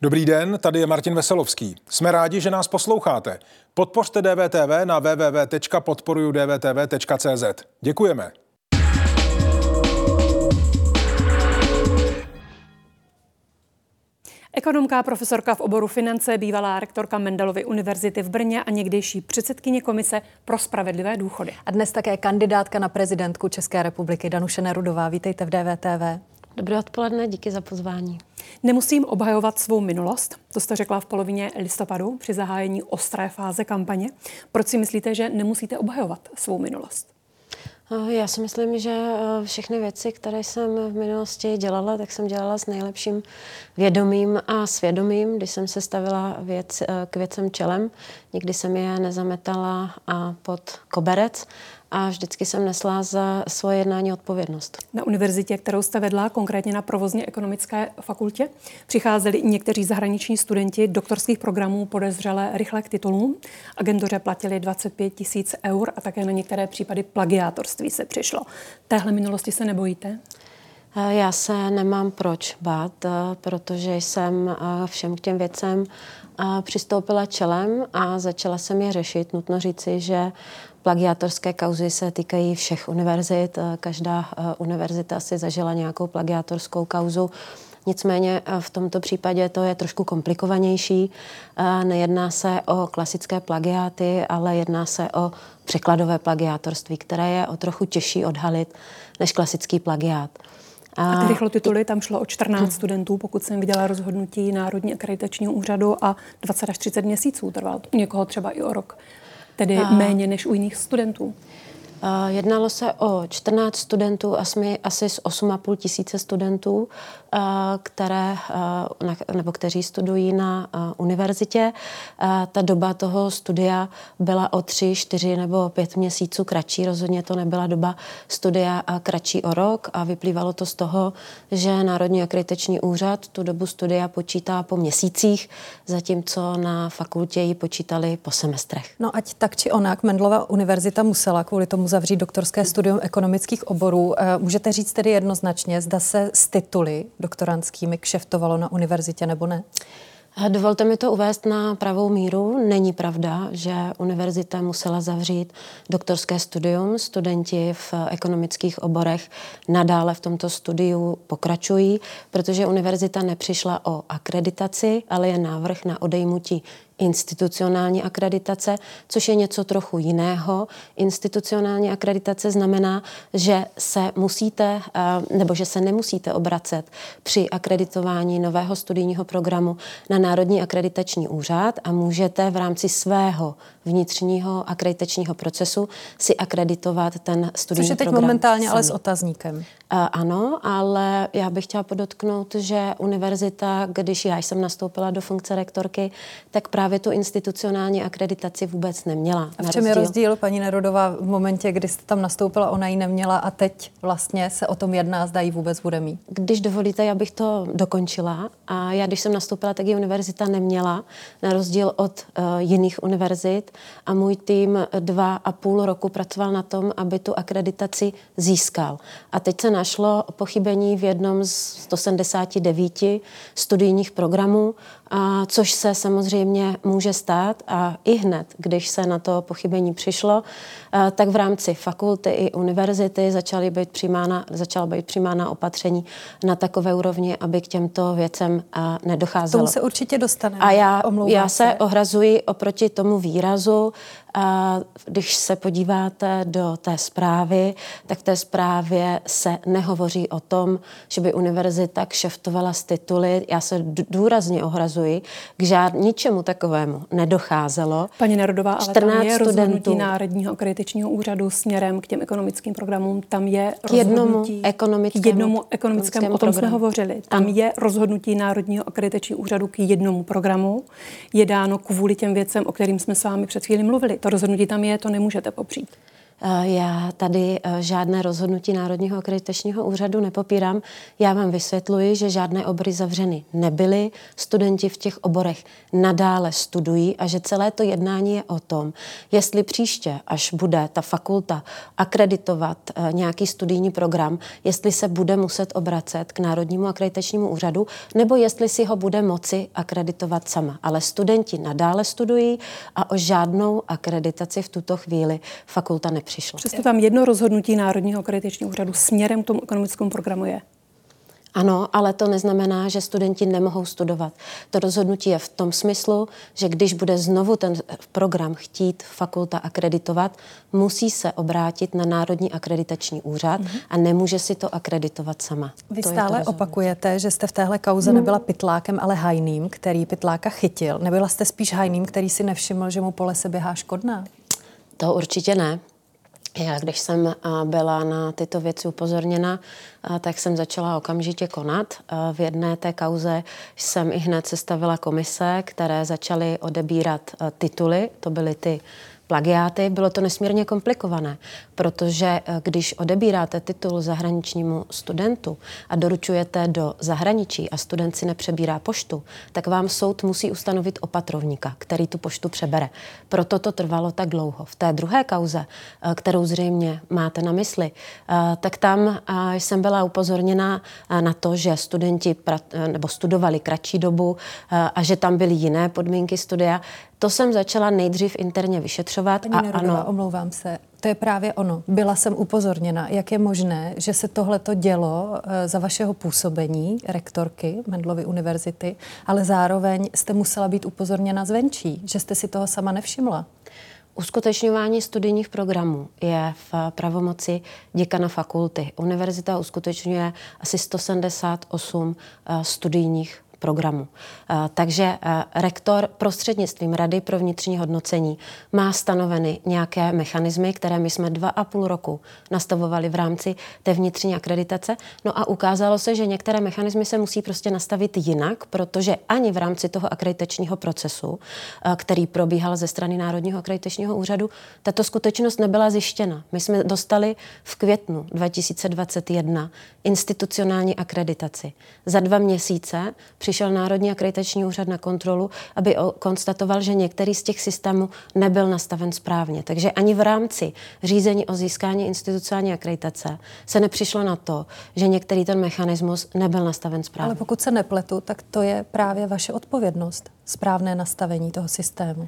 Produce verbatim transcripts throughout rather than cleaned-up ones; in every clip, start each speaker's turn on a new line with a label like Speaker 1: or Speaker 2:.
Speaker 1: Dobrý den, tady je Martin Veselovský. Jsme rádi, že nás posloucháte. Podpořte D V T V na w w w tečka podporuju d v t v tečka c z. Děkujeme.
Speaker 2: Ekonomka, profesorka v oboru finance, bývalá rektorka Mendelovy univerzity v Brně a někdejší předsedkyně Komise pro spravedlivé důchody.
Speaker 3: A dnes také kandidátka na prezidentku České republiky Danuše Nerudová. Vítejte v D V T V.
Speaker 4: Dobré odpoledne, díky za pozvání.
Speaker 2: Nemusím obhajovat svou minulost, to jste řekla v polovině listopadu při zahájení ostré fáze kampaně. Proč si myslíte, že nemusíte obhajovat svou minulost?
Speaker 4: Já si myslím, že všechny věci, které jsem v minulosti dělala, tak jsem dělala s nejlepším vědomím a svědomím, když jsem se stavila věc, k věcem čelem. Nikdy jsem je nezametala a pod koberec a vždycky jsem nesla za svoje jednání odpovědnost.
Speaker 2: Na univerzitě, kterou jste vedla, konkrétně na provozně ekonomické fakultě, přicházeli i někteří zahraniční studenti doktorských programů podezřelé rychle k titulům. Agentuře platili dvacet pět tisíc eur a také na některé případy plagiátorství se přišlo. Téhle minulosti se nebojíte?
Speaker 4: Já se nemám proč bát, protože jsem všem k těm věcem přistoupila čelem a začala jsem je řešit. Nutno říci, že plagiátorské kauzy se týkají všech univerzit. Každá univerzita si zažila nějakou plagiátorskou kauzu. Nicméně v tomto případě to je trošku komplikovanější. Nejedná se o klasické plagiáty, ale jedná se o překladové plagiátorství, které je o trochu těžší odhalit než klasický plagiát.
Speaker 2: A ty rychlotituly, tam šlo o čtrnáct studentů, pokud jsem viděla rozhodnutí Národní akreditačního úřadu a dvacet až třicet měsíců trvalo. U někoho třeba i o rok. Tedy a... méně než u jiných studentů.
Speaker 4: Jednalo se o čtrnáct studentů, asi z osm a půl tisíce studentů, které, nebo kteří studují na univerzitě. Ta doba toho studia byla o tři, čtyři nebo pět měsíců kratší. Rozhodně to nebyla doba studia kratší o rok a vyplývalo to z toho, že Národní akreditační úřad tu dobu studia počítá po měsících, zatímco na fakultě ji počítali po semestrech.
Speaker 3: No ať tak či onak, Mendelova univerzita musela kvůli tomu zavřít doktorské studium ekonomických oborů. Můžete říct tedy jednoznačně, zda se s tituly doktorandskými kšeftovalo na univerzitě nebo ne?
Speaker 4: Dovolte mi to uvést na pravou míru. Není pravda, že univerzita musela zavřít doktorské studium. Studenti v ekonomických oborech nadále v tomto studiu pokračují, protože univerzita nepřišla o akreditaci, ale je návrh na odejmutí institucionální akreditace, což je něco trochu jiného. Institucionální akreditace znamená, že se musíte, nebo že se nemusíte obracet při akreditování nového studijního programu na Národní akreditační úřad a můžete v rámci svého vnitřního akreditačního procesu si akreditovat ten studijní program.
Speaker 3: Což je teď
Speaker 4: program
Speaker 3: momentálně
Speaker 4: sami.
Speaker 3: ale s otazníkem.
Speaker 4: A, ano, ale já bych chtěla podotknout, že univerzita, když já jsem nastoupila do funkce rektorky, tak právě tu institucionální akreditaci vůbec neměla.
Speaker 3: A v čem je rozdíl, paní Nerudová, v momentě, kdy jste tam nastoupila, ona ji neměla a teď vlastně se o tom jedná, zda ji vůbec bude mít?
Speaker 4: Když dovolíte, já bych to dokončila. A já, když jsem nastoupila, tak ji univerzita neměla, na rozdíl od uh, jiných univerzit. A můj tým dva a půl roku pracoval na tom, aby tu akreditaci získal. A teď se našlo pochybení v jednom z sto sedmdesáti devíti studijních programů, a což se samozřejmě může stát a i hned, když se na to pochybení přišlo, tak v rámci fakulty i univerzity začaly být přijímána, začala být přijímána opatření na takové úrovni, aby k těmto věcem nedocházelo.
Speaker 3: Tomu se určitě dostane.
Speaker 4: A já, já se ohrazuji oproti tomu výrazu. A když se podíváte do té zprávy, tak v té zprávě se nehovoří o tom, že by univerzita kšeftovala z tituly. Já se důrazně ohrazuji, k žád ničemu takovému nedocházelo.
Speaker 2: Paní Nerudová, ale tam je rozhodnutí Národního akreditačního úřadu směrem k těm ekonomickým programům. Tam je
Speaker 4: k jednomu ekonomickému,
Speaker 2: k jednomu ekonomickému, o tom
Speaker 4: programu.
Speaker 2: jsme hovořili. Tam ano. je rozhodnutí Národního akreditačního úřadu k jednomu programu. Je dáno kvůli těm věcem, o kterým jsme s vámi před chvíli mluvili. To rozhodnutí tam je, to nemůžete popřít.
Speaker 4: Já tady žádné rozhodnutí Národního akreditačního úřadu nepopírám. Já vám vysvětluji, že žádné obory zavřeny nebyly, studenti v těch oborech nadále studují a že celé to jednání je o tom, jestli příště, až bude ta fakulta akreditovat nějaký studijní program, jestli se bude muset obracet k Národnímu akreditačnímu úřadu, nebo jestli si ho bude moci akreditovat sama. Ale studenti nadále studují a o žádnou akreditaci v tuto chvíli fakulta nepřišla.
Speaker 2: Přesto tam jedno rozhodnutí Národního akreditačního úřadu směrem k tomu ekonomickému programu je.
Speaker 4: Ano, ale to neznamená, že studenti nemohou studovat. To rozhodnutí je v tom smyslu, že když bude znovu ten program chtít fakulta akreditovat, musí se obrátit na Národní akreditační úřad mm-hmm. a nemůže si to akreditovat sama.
Speaker 3: Vy
Speaker 4: to
Speaker 3: stále opakujete, že jste v téhle kauze mm. nebyla pytlákem, ale hajným, který pytláka chytil. Nebyla jste spíš hajným, který si nevšiml, že mu po lese běhá Škodná?
Speaker 4: To určitě ne. Já, když jsem byla na tyto věci upozorněna, tak jsem začala okamžitě konat. V jedné té kauze jsem i hned sestavila komise, které začaly odebírat tituly, to byly ty plagiáty. Bylo to nesmírně komplikované, protože když odebíráte titul zahraničnímu studentu a doručujete do zahraničí a student si nepřebírá poštu, tak vám soud musí ustanovit opatrovníka, který tu poštu přebere. Proto to trvalo tak dlouho. V té druhé kauze, kterou zřejmě máte na mysli, tak tam jsem byla upozorněna na to, že studenti nebo studovali kratší dobu a že tam byly jiné podmínky studia. To jsem začala nejdřív interně vyšetřovat.
Speaker 3: Paní a Nerudová, ano, omlouvám se. To je právě ono. Byla jsem upozorněna. Jak je možné, že se tohleto dělo za vašeho působení rektorky Mendelovy univerzity, ale zároveň jste musela být upozorněna zvenčí, že jste si toho sama nevšimla?
Speaker 4: Uskutečňování studijních programů je v pravomoci děkana fakulty. Univerzita uskutečňuje asi sto sedmdesát osm studijních programu. Takže rektor prostřednictvím Rady pro vnitřní hodnocení má stanoveny nějaké mechanismy, které my jsme dva a půl roku nastavovali v rámci té vnitřní akreditace. No a ukázalo se, že některé mechanismy se musí prostě nastavit jinak, protože ani v rámci toho akreditačního procesu, který probíhal ze strany Národního akreditačního úřadu, tato skutečnost nebyla zjištěna. My jsme dostali v květnu dva tisíce dvacet jedna institucionální akreditaci. Za dva měsíce přišel Národní akreditační úřad na kontrolu, aby konstatoval, že některý z těch systémů nebyl nastaven správně. Takže ani v rámci řízení o získání institucionální akreditace se nepřišlo na to, že některý ten mechanismus nebyl nastaven správně.
Speaker 3: Ale pokud se nepletu, tak to je právě vaše odpovědnost, správné nastavení toho systému.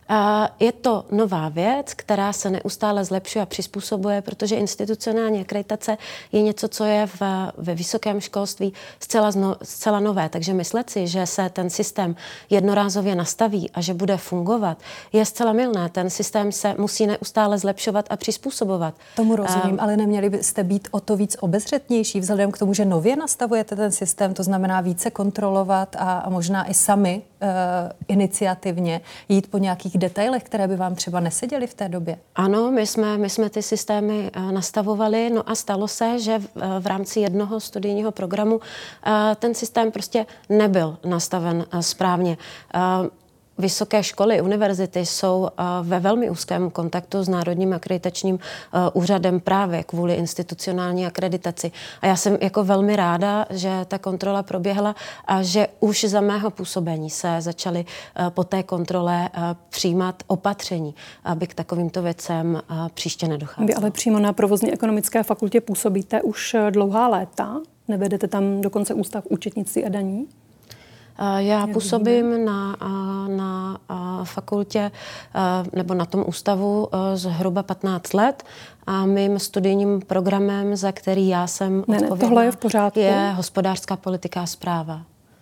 Speaker 4: Je to nová věc, která se neustále zlepšuje a přizpůsobuje, protože institucionální akreditace je něco, co je v, ve vysokém školství zcela, zno, zcela nové. Takže myslet si, že se ten systém jednorázově nastaví a že bude fungovat, je zcela mylné. Ten systém se musí neustále zlepšovat a přizpůsobovat.
Speaker 3: Tomu rozumím, a... ale neměli byste být o to víc obezřetnější vzhledem k tomu, že nově nastavujete ten systém, to znamená více kontrolovat a, a možná i sami uh, iniciativně jít po nějakých detailech, které by vám třeba neseděly v té době?
Speaker 4: Ano, my jsme, my jsme ty systémy uh, nastavovali, no a stalo se, že v, uh, v rámci jednoho studijního programu uh, ten systém prostě nebyl nastaven uh, správně. Uh, Vysoké školy, univerzity jsou uh, ve velmi úzkém kontaktu s Národním akreditačním uh, úřadem právě kvůli institucionální akreditaci. A já jsem jako velmi ráda, že ta kontrola proběhla a že už za mého působení se začaly uh, po té kontrole uh, přijímat opatření, aby k takovýmto věcem uh, příště nedocházelo.
Speaker 2: Vy ale přímo na provozní ekonomické fakultě působíte už dlouhá léta. Nevedete tam dokonce ústav účetnictví a daní?
Speaker 4: Já působím na, na fakultě nebo na tom ústavu zhruba patnáct let a mým studijním programem, za který já jsem odpovědná,
Speaker 2: tohle je v pořádku.
Speaker 4: Je hospodářská politika a správa.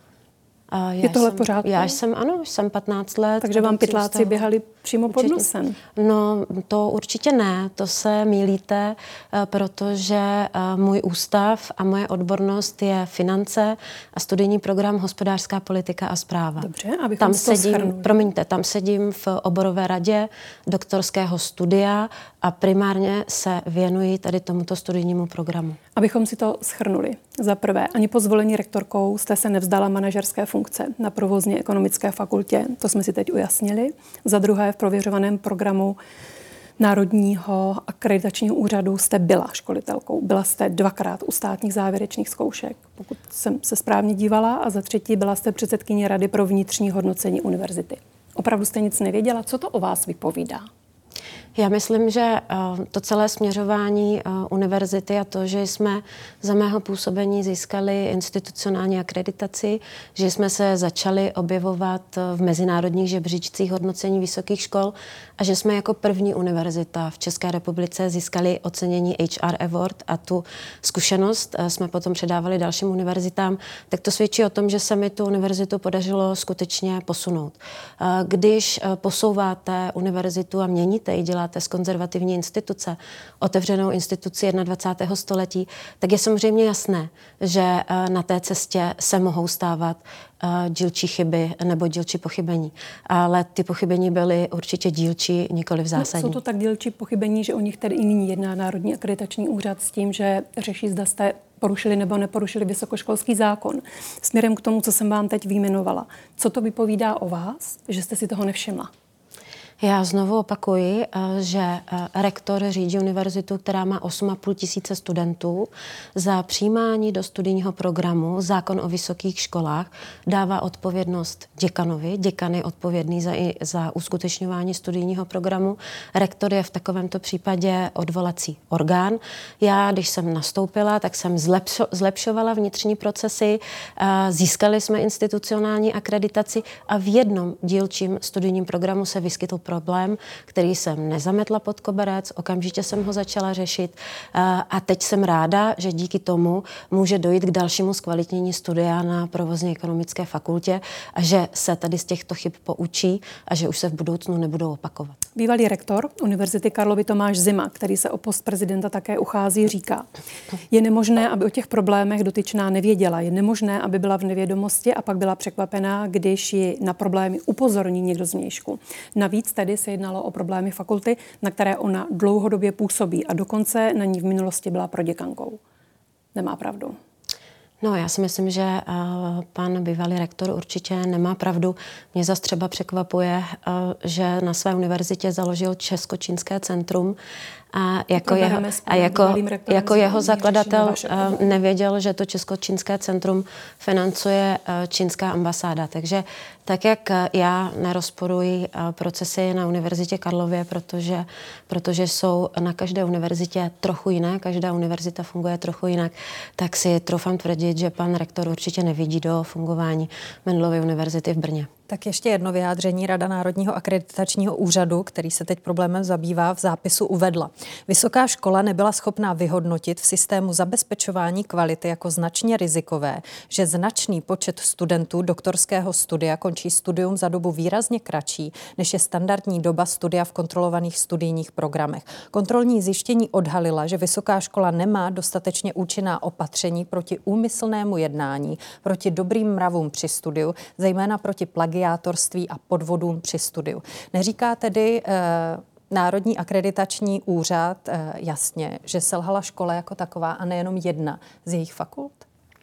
Speaker 4: Já
Speaker 2: je tohle
Speaker 4: jsem,
Speaker 2: v pořádku?
Speaker 4: Já jsem, ano, jsem patnáct let.
Speaker 2: Takže vám pytláci běhali přímo pod nosem?
Speaker 4: No, to určitě ne, to se mýlíte, protože můj ústav a moje odbornost je finance a studijní program hospodářská politika a správa.
Speaker 2: Dobře, abychom
Speaker 4: tam
Speaker 2: to
Speaker 4: sedím,
Speaker 2: shrnuli.
Speaker 4: Promiňte, tam sedím v oborové radě doktorského studia a primárně se věnuji tady tomuto studijnímu programu.
Speaker 2: Abychom si to shrnuli. Za prvé, ani po zvolení rektorkou jste se nevzdala manažerské funkce na provozní ekonomické fakultě, to jsme si teď ujasnili. Za druhé, v prověřovaném programu Národního akreditačního úřadu jste byla školitelkou. Byla jste dvakrát u státních závěrečných zkoušek, pokud jsem se správně dívala, a za třetí byla jste předsedkyní Rady pro vnitřní hodnocení univerzity. Opravdu jste nic nevěděla? Co to o vás vypovídá?
Speaker 4: Já myslím, že to celé směřování univerzity a to, že jsme za mého působení získali institucionální akreditaci, že jsme se začali objevovat v mezinárodních žebříčcích hodnocení vysokých škol a že jsme jako první univerzita v České republice získali ocenění H R Award a tu zkušenost jsme potom předávali dalším univerzitám, tak to svědčí o tom, že se mi tu univerzitu podařilo skutečně posunout. Když posouváte univerzitu a měníte ji, děláte z konzervativní instituce otevřenou instituci dvacátého prvního století, tak je samozřejmě jasné, že na té cestě se mohou stávat dílčí chyby nebo dílčí pochybení. Ale ty pochybení byly určitě dílčí, nikoli v zásadní.
Speaker 2: No, jsou to tak dílčí pochybení, že o nich tedy i nyní jedná Národní akreditační úřad s tím, že řeší, zda jste porušili nebo neporušili vysokoškolský zákon. Směrem k tomu, co jsem vám teď vyjmenovala. Co to vypovídá o vás, že jste si toho nevšimla?
Speaker 4: Já znovu opakuji, že rektor řídí univerzitu, která má osm a půl tisíce studentů. Za přijímání do studijního programu zákon o vysokých školách dává odpovědnost děkanovi. Děkan je odpovědný za, za uskutečňování studijního programu. Rektor je v takovémto případě odvolací orgán. Já, když jsem nastoupila, tak jsem zlepšo, zlepšovala vnitřní procesy, získali jsme institucionální akreditaci a v jednom dílčím studijním programu se vyskytl problém, který jsem nezametla pod koberec, okamžitě jsem ho začala řešit a teď jsem ráda, že díky tomu může dojít k dalšímu zkvalitnění studia na provozně ekonomické fakultě a že se tady z těchto chyb poučí a že už se v budoucnu nebudou opakovat.
Speaker 2: Bývalý rektor Univerzity Karlovy Tomáš Zima, který se o post prezidenta také uchází, říká: je nemožné, aby o těch problémech dotyčná nevěděla. Je nemožné, aby byla v nevědomosti a pak byla překvapená, když ji na problémy upozorní někdo zvnějšku. Navíc tedy se jednalo o problémy fakulty, na které ona dlouhodobě působí a dokonce na ní v minulosti byla proděkankou. Nemá pravdu.
Speaker 4: No, já si myslím, že uh, pan bývalý rektor určitě nemá pravdu. Mě zas třeba překvapuje, uh, že na své univerzitě založil Česko-čínské centrum a jako jeho, a jako, jako jeho zakladatel uh, nevěděl, že to Česko-čínské centrum financuje uh, čínská ambasáda. Takže tak, jak já nerozporuji uh, procesy na Univerzitě Karlově, protože, protože jsou na každé univerzitě trochu jiné, každá univerzita funguje trochu jinak, tak si troufám tvrdit, že pan rektor určitě nevidí do fungování Mendelovy univerzity v Brně.
Speaker 3: Tak ještě jedno vyjádření. Rada Národního akreditačního úřadu, který se teď problémem zabývá, v zápisu uvedla: vysoká škola nebyla schopná vyhodnotit v systému zabezpečování kvality jako značně rizikové, že značný počet studentů doktorského studia končí studium za dobu výrazně kratší, než je standardní doba studia v kontrolovaných studijních programech. Kontrolní zjištění odhalila, že vysoká škola nemá dostatečně účinná opatření proti úmyslnému jednání, proti dobrým mravům při studiu, zejména proti plagiátorství a podvodům při studiu. Neříká tedy eh, Národní akreditační úřad eh, jasně, že selhala škola jako taková a nejenom jedna z jejich fakult?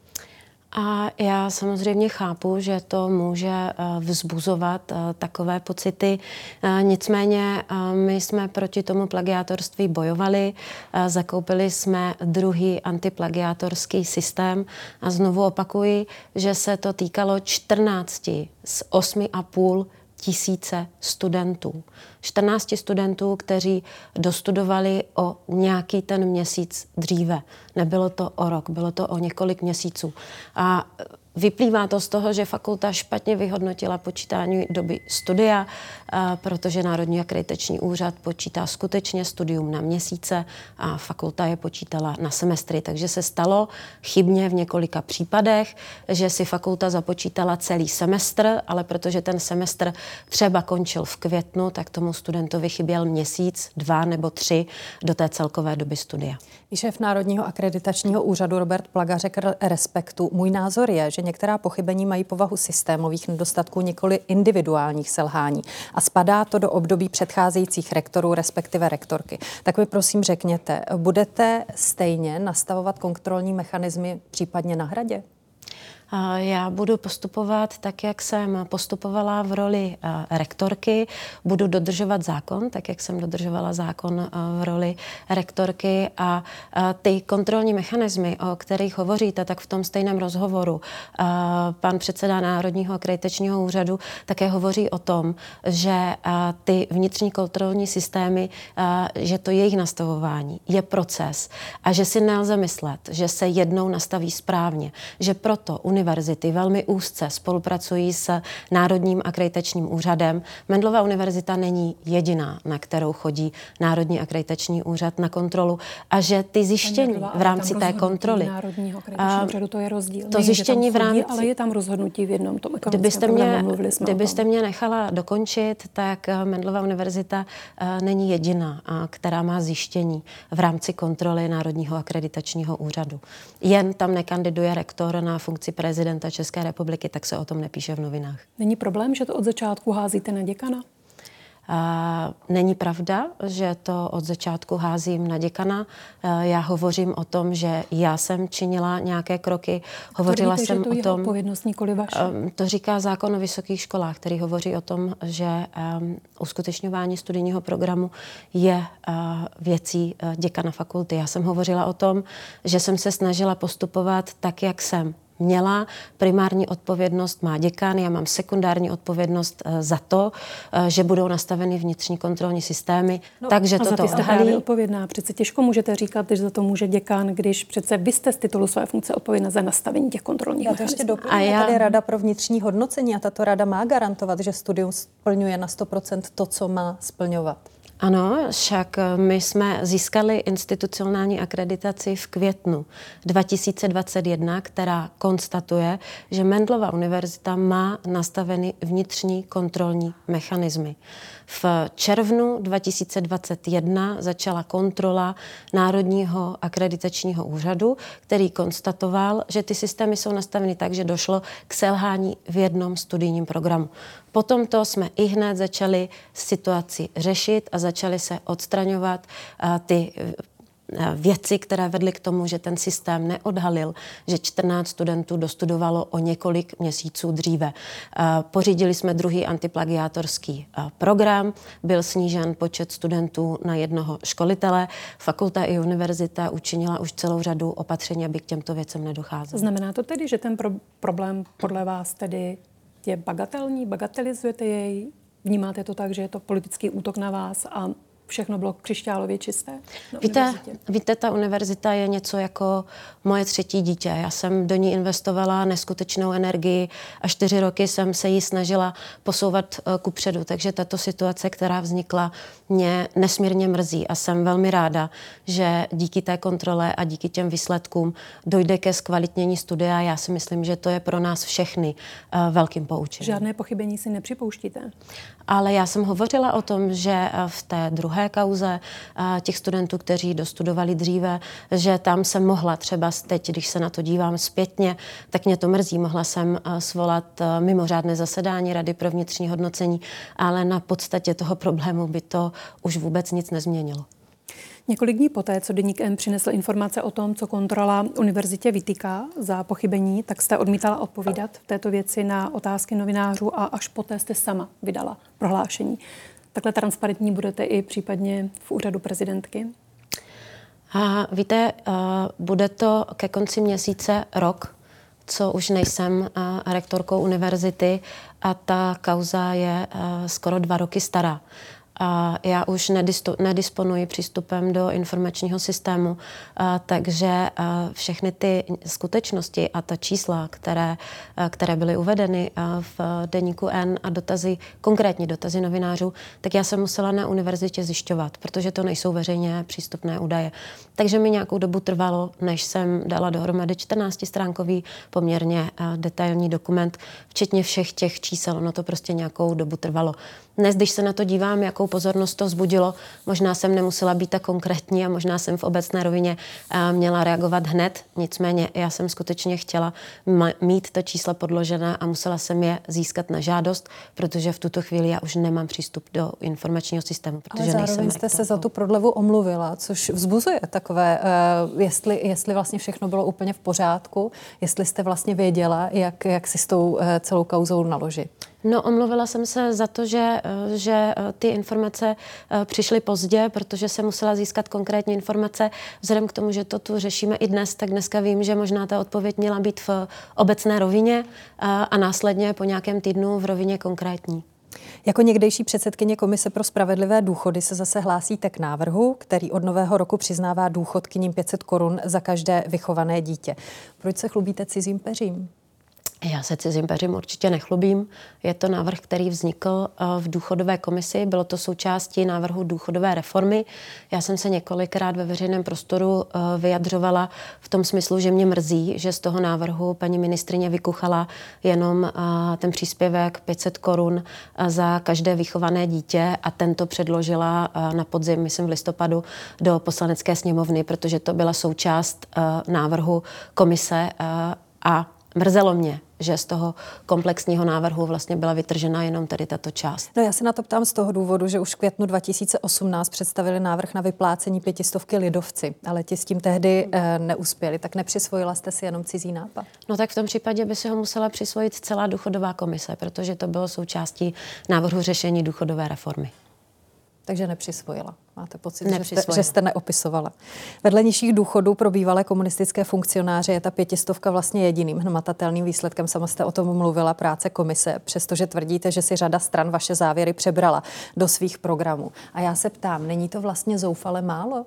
Speaker 4: A já samozřejmě chápu, že to může vzbuzovat takové pocity. Nicméně my jsme proti tomu plagiátorství bojovali, zakoupili jsme druhý antiplagiátorský systém a znovu opakuji, že se to týkalo čtrnácti z osmi a půl tisíce studentů. čtrnácti studentů, kteří dostudovali o nějaký ten měsíc dříve. Nebylo to o rok, bylo to o několik měsíců. A vyplývá to z toho, že fakulta špatně vyhodnotila počítání doby studia, protože Národní akreditační úřad počítá skutečně studium na měsíce a fakulta je počítala na semestry. Takže se stalo chybně v několika případech, že si fakulta započítala celý semestr, ale protože ten semestr třeba končil v květnu, tak tomu studentovi chyběl měsíc, dva nebo tři do té celkové doby studia.
Speaker 3: Šéf Národního akreditačního úřadu Robert Plaga řekl Respektu: můj názor je, že některá pochybení mají povahu systémových nedostatků, nikoli individuálních selhání. A spadá to do období předcházejících rektorů, respektive rektorky. Tak mi prosím řekněte, budete stejně nastavovat kontrolní mechanismy případně na Hradě?
Speaker 4: Já budu postupovat tak, jak jsem postupovala v roli rektorky. Budu dodržovat zákon, tak, jak jsem dodržovala zákon v roli rektorky. A ty kontrolní mechanismy, o kterých hovoříte, tak v tom stejném rozhovoru pan předseda Národního akreditačního úřadu také hovoří o tom, že ty vnitřní kontrolní systémy, že to jejich nastavování je proces a že si nelze myslet, že se jednou nastaví správně, že proto univerzity velmi úzce spolupracují s Národním akreditačním úřadem. Mendelova univerzita není jediná, na kterou chodí Národní akreditační úřad na kontrolu a že ty zjištění v rámci té kontroly.
Speaker 2: Národního akreditačního úřadu, to je rozdíl.
Speaker 4: To zjištění
Speaker 2: chodí,
Speaker 4: v rámci,
Speaker 2: ale je tam rozhodnutí v jednom tom
Speaker 4: ekonomickém programu. Kdybyste mě nechala dokončit, tak Mendelova univerzita není jediná, která má zjištění v rámci kontroly Národního akreditačního úřadu. Jen tam nekandiduje rektor na funkci prezidenta České republiky, tak se o tom nepíše v novinách.
Speaker 2: Není problém, že to od začátku házíte na děkana?
Speaker 4: Není pravda, že to od začátku házím na děkana. Já hovořím o tom, že já jsem činila nějaké kroky. Hovořila
Speaker 2: Tvrdíte,
Speaker 4: jsem
Speaker 2: že to
Speaker 4: o tom.
Speaker 2: Odpovědnost nikoli vaše.
Speaker 4: To říká zákon o vysokých školách, který hovoří o tom, že um, uskutečňování studijního programu je uh, věcí uh, děkana fakulty. Já jsem hovořila o tom, že jsem se snažila postupovat tak, jak jsem měla. Primární odpovědnost má děkan, já mám sekundární odpovědnost uh, za to, uh, že budou nastaveny vnitřní kontrolní systémy.
Speaker 2: No,
Speaker 4: takže
Speaker 2: a
Speaker 4: toto
Speaker 2: za ty jste
Speaker 4: odhalí.
Speaker 2: právě odpovědná. Přece těžko můžete říkat, že za to může děkan, když přece vy jste z titulu své funkce odpovědná za nastavení těch kontrolních
Speaker 3: Já to ještě
Speaker 2: mechanismů.
Speaker 3: doplním. Je tady Rada pro vnitřní hodnocení a tato rada má garantovat, že studium splňuje na sto procent to, co má splňovat.
Speaker 4: Ano, však my jsme získali institucionální akreditaci v květnu dva tisíce dvacet jedna, která konstatuje, že Mendelova univerzita má nastaveny vnitřní kontrolní mechanismy. V červnu dva tisíce dvacet jedna začala kontrola Národního akreditačního úřadu, který konstatoval, že ty systémy jsou nastaveny tak, že došlo k selhání v jednom studijním programu. Potom to jsme i hned začali situaci řešit a začali se odstraňovat uh, ty věci, které vedly k tomu, že ten systém neodhalil, že čtrnáct studentů dostudovalo o několik měsíců dříve. Pořídili jsme druhý antiplagiátorský program, byl snížen počet studentů na jednoho školitele. Fakulta i univerzita učinila už celou řadu opatření, aby k těmto věcem nedocházelo.
Speaker 2: Znamená to tedy, že ten pro- problém podle vás tedy je bagatelní, bagatelizujete jej? Vnímáte to tak, že je to politický útok na vás a všechno bylo křišťálově čisté?
Speaker 4: Víte, víte, ta univerzita je něco jako moje třetí dítě. Já jsem do ní investovala neskutečnou energii a čtyři roky jsem se jí snažila posouvat kupředu. Takže tato situace, která vznikla, mě nesmírně mrzí a jsem velmi ráda, že díky té kontrole a díky těm výsledkům dojde ke zkvalitnění studia. Já si myslím, že to je pro nás všechny velkým poučením.
Speaker 2: Žádné pochybení si nepřipouštíte?
Speaker 4: Ale já jsem hovořila o tom, že v té druhé kauze těch studentů, kteří dostudovali dříve, že tam jsem mohla třeba teď, když se na to dívám zpětně, tak mě to mrzí. Mohla jsem svolat mimořádné zasedání Rady pro vnitřní hodnocení, ale na podstatě toho problému by to už vůbec nic nezměnilo.
Speaker 2: Několik dní poté, co Deník M přinesl informace o tom, co kontrola univerzitě vytýká za pochybení, tak jste odmítala odpovídat v této věci na otázky novinářů a až poté jste sama vydala prohlášení. Takhle transparentní budete i případně v úřadu prezidentky?
Speaker 4: A víte, bude to ke konci měsíce rok, co už nejsem rektorkou univerzity a ta kauza je skoro dva roky stará. A já už nedisponuji přístupem do informačního systému, a takže a všechny ty skutečnosti a ta čísla, které, a které byly uvedeny v Deníku N a dotazy, konkrétní dotazy novinářů, tak já jsem musela na univerzitě zjišťovat, protože to nejsou veřejně přístupné údaje. Takže mi nějakou dobu trvalo, než jsem dala dohromady čtrnáctistránkový poměrně detailní dokument, včetně všech těch čísel. Ono to prostě nějakou dobu trvalo. Dnes, když se na to dívám jako mou pozornost to vzbudilo. Možná jsem nemusela být tak konkrétní a možná jsem v obecné rovině měla reagovat hned. Nicméně já jsem skutečně chtěla mít to číslo podložené a musela jsem je získat na žádost, protože v tuto chvíli já už nemám přístup do informačního systému, protože
Speaker 3: ale zároveň
Speaker 4: nejsem
Speaker 3: jste
Speaker 4: rektorkou.
Speaker 3: se za tu prodlevu omluvila, což vzbuzuje takové, uh, jestli, jestli vlastně všechno bylo úplně v pořádku, jestli jste vlastně věděla, jak, jak si s tou uh, celou kauzou naložit.
Speaker 4: No, omluvila jsem se za to, že, že ty informace přišly pozdě, protože jsem musela získat konkrétní informace. Vzhledem k tomu, že to tu řešíme i dnes, tak dneska vím, že možná ta odpověď měla být v obecné rovině a, a následně po nějakém týdnu v rovině konkrétní.
Speaker 3: Jako někdejší předsedkyně Komise pro spravedlivé důchody se zase hlásíte k návrhu, který od nového roku přiznává důchodkyním pět set korun za každé vychované dítě. Proč se chlubíte cizím peřím?
Speaker 4: Já se cizím peřím určitě nechlubím. Je to návrh, který vznikl v důchodové komisi. Bylo to součástí návrhu důchodové reformy. Já jsem se několikrát ve veřejném prostoru vyjadřovala v tom smyslu, že mě mrzí, že z toho návrhu paní ministryně vykuchala jenom ten příspěvek pět set korun za každé vychované dítě a tento předložila na podzim, myslím v listopadu, do Poslanecké sněmovny, protože to byla součást návrhu komise a mrzelo mě, že z toho komplexního návrhu vlastně byla vytržena jenom tady tato část.
Speaker 3: No já se na to ptám z toho důvodu, že už v květnu dva tisíce osmnáct představili návrh na vyplácení pětistovky lidovci, ale ti s tím tehdy e, neuspěli. Tak nepřisvojila jste si jenom cizí nápad?
Speaker 4: No tak v tom případě by si ho musela přisvojit celá důchodová komise, protože to bylo součástí návrhu řešení důchodové reformy.
Speaker 3: Takže nepřisvojila. Máte pocit, že jste, že jste neopisovala. Vedle nižších důchodů pro bývalé komunistické funkcionáře je ta pětistovka vlastně jediným hmatatelným výsledkem. Sama jste o tom mluvila, práce komise, přestože tvrdíte, že si řada stran vaše závěry přebrala do svých programů. A já se ptám, není to vlastně zoufale málo?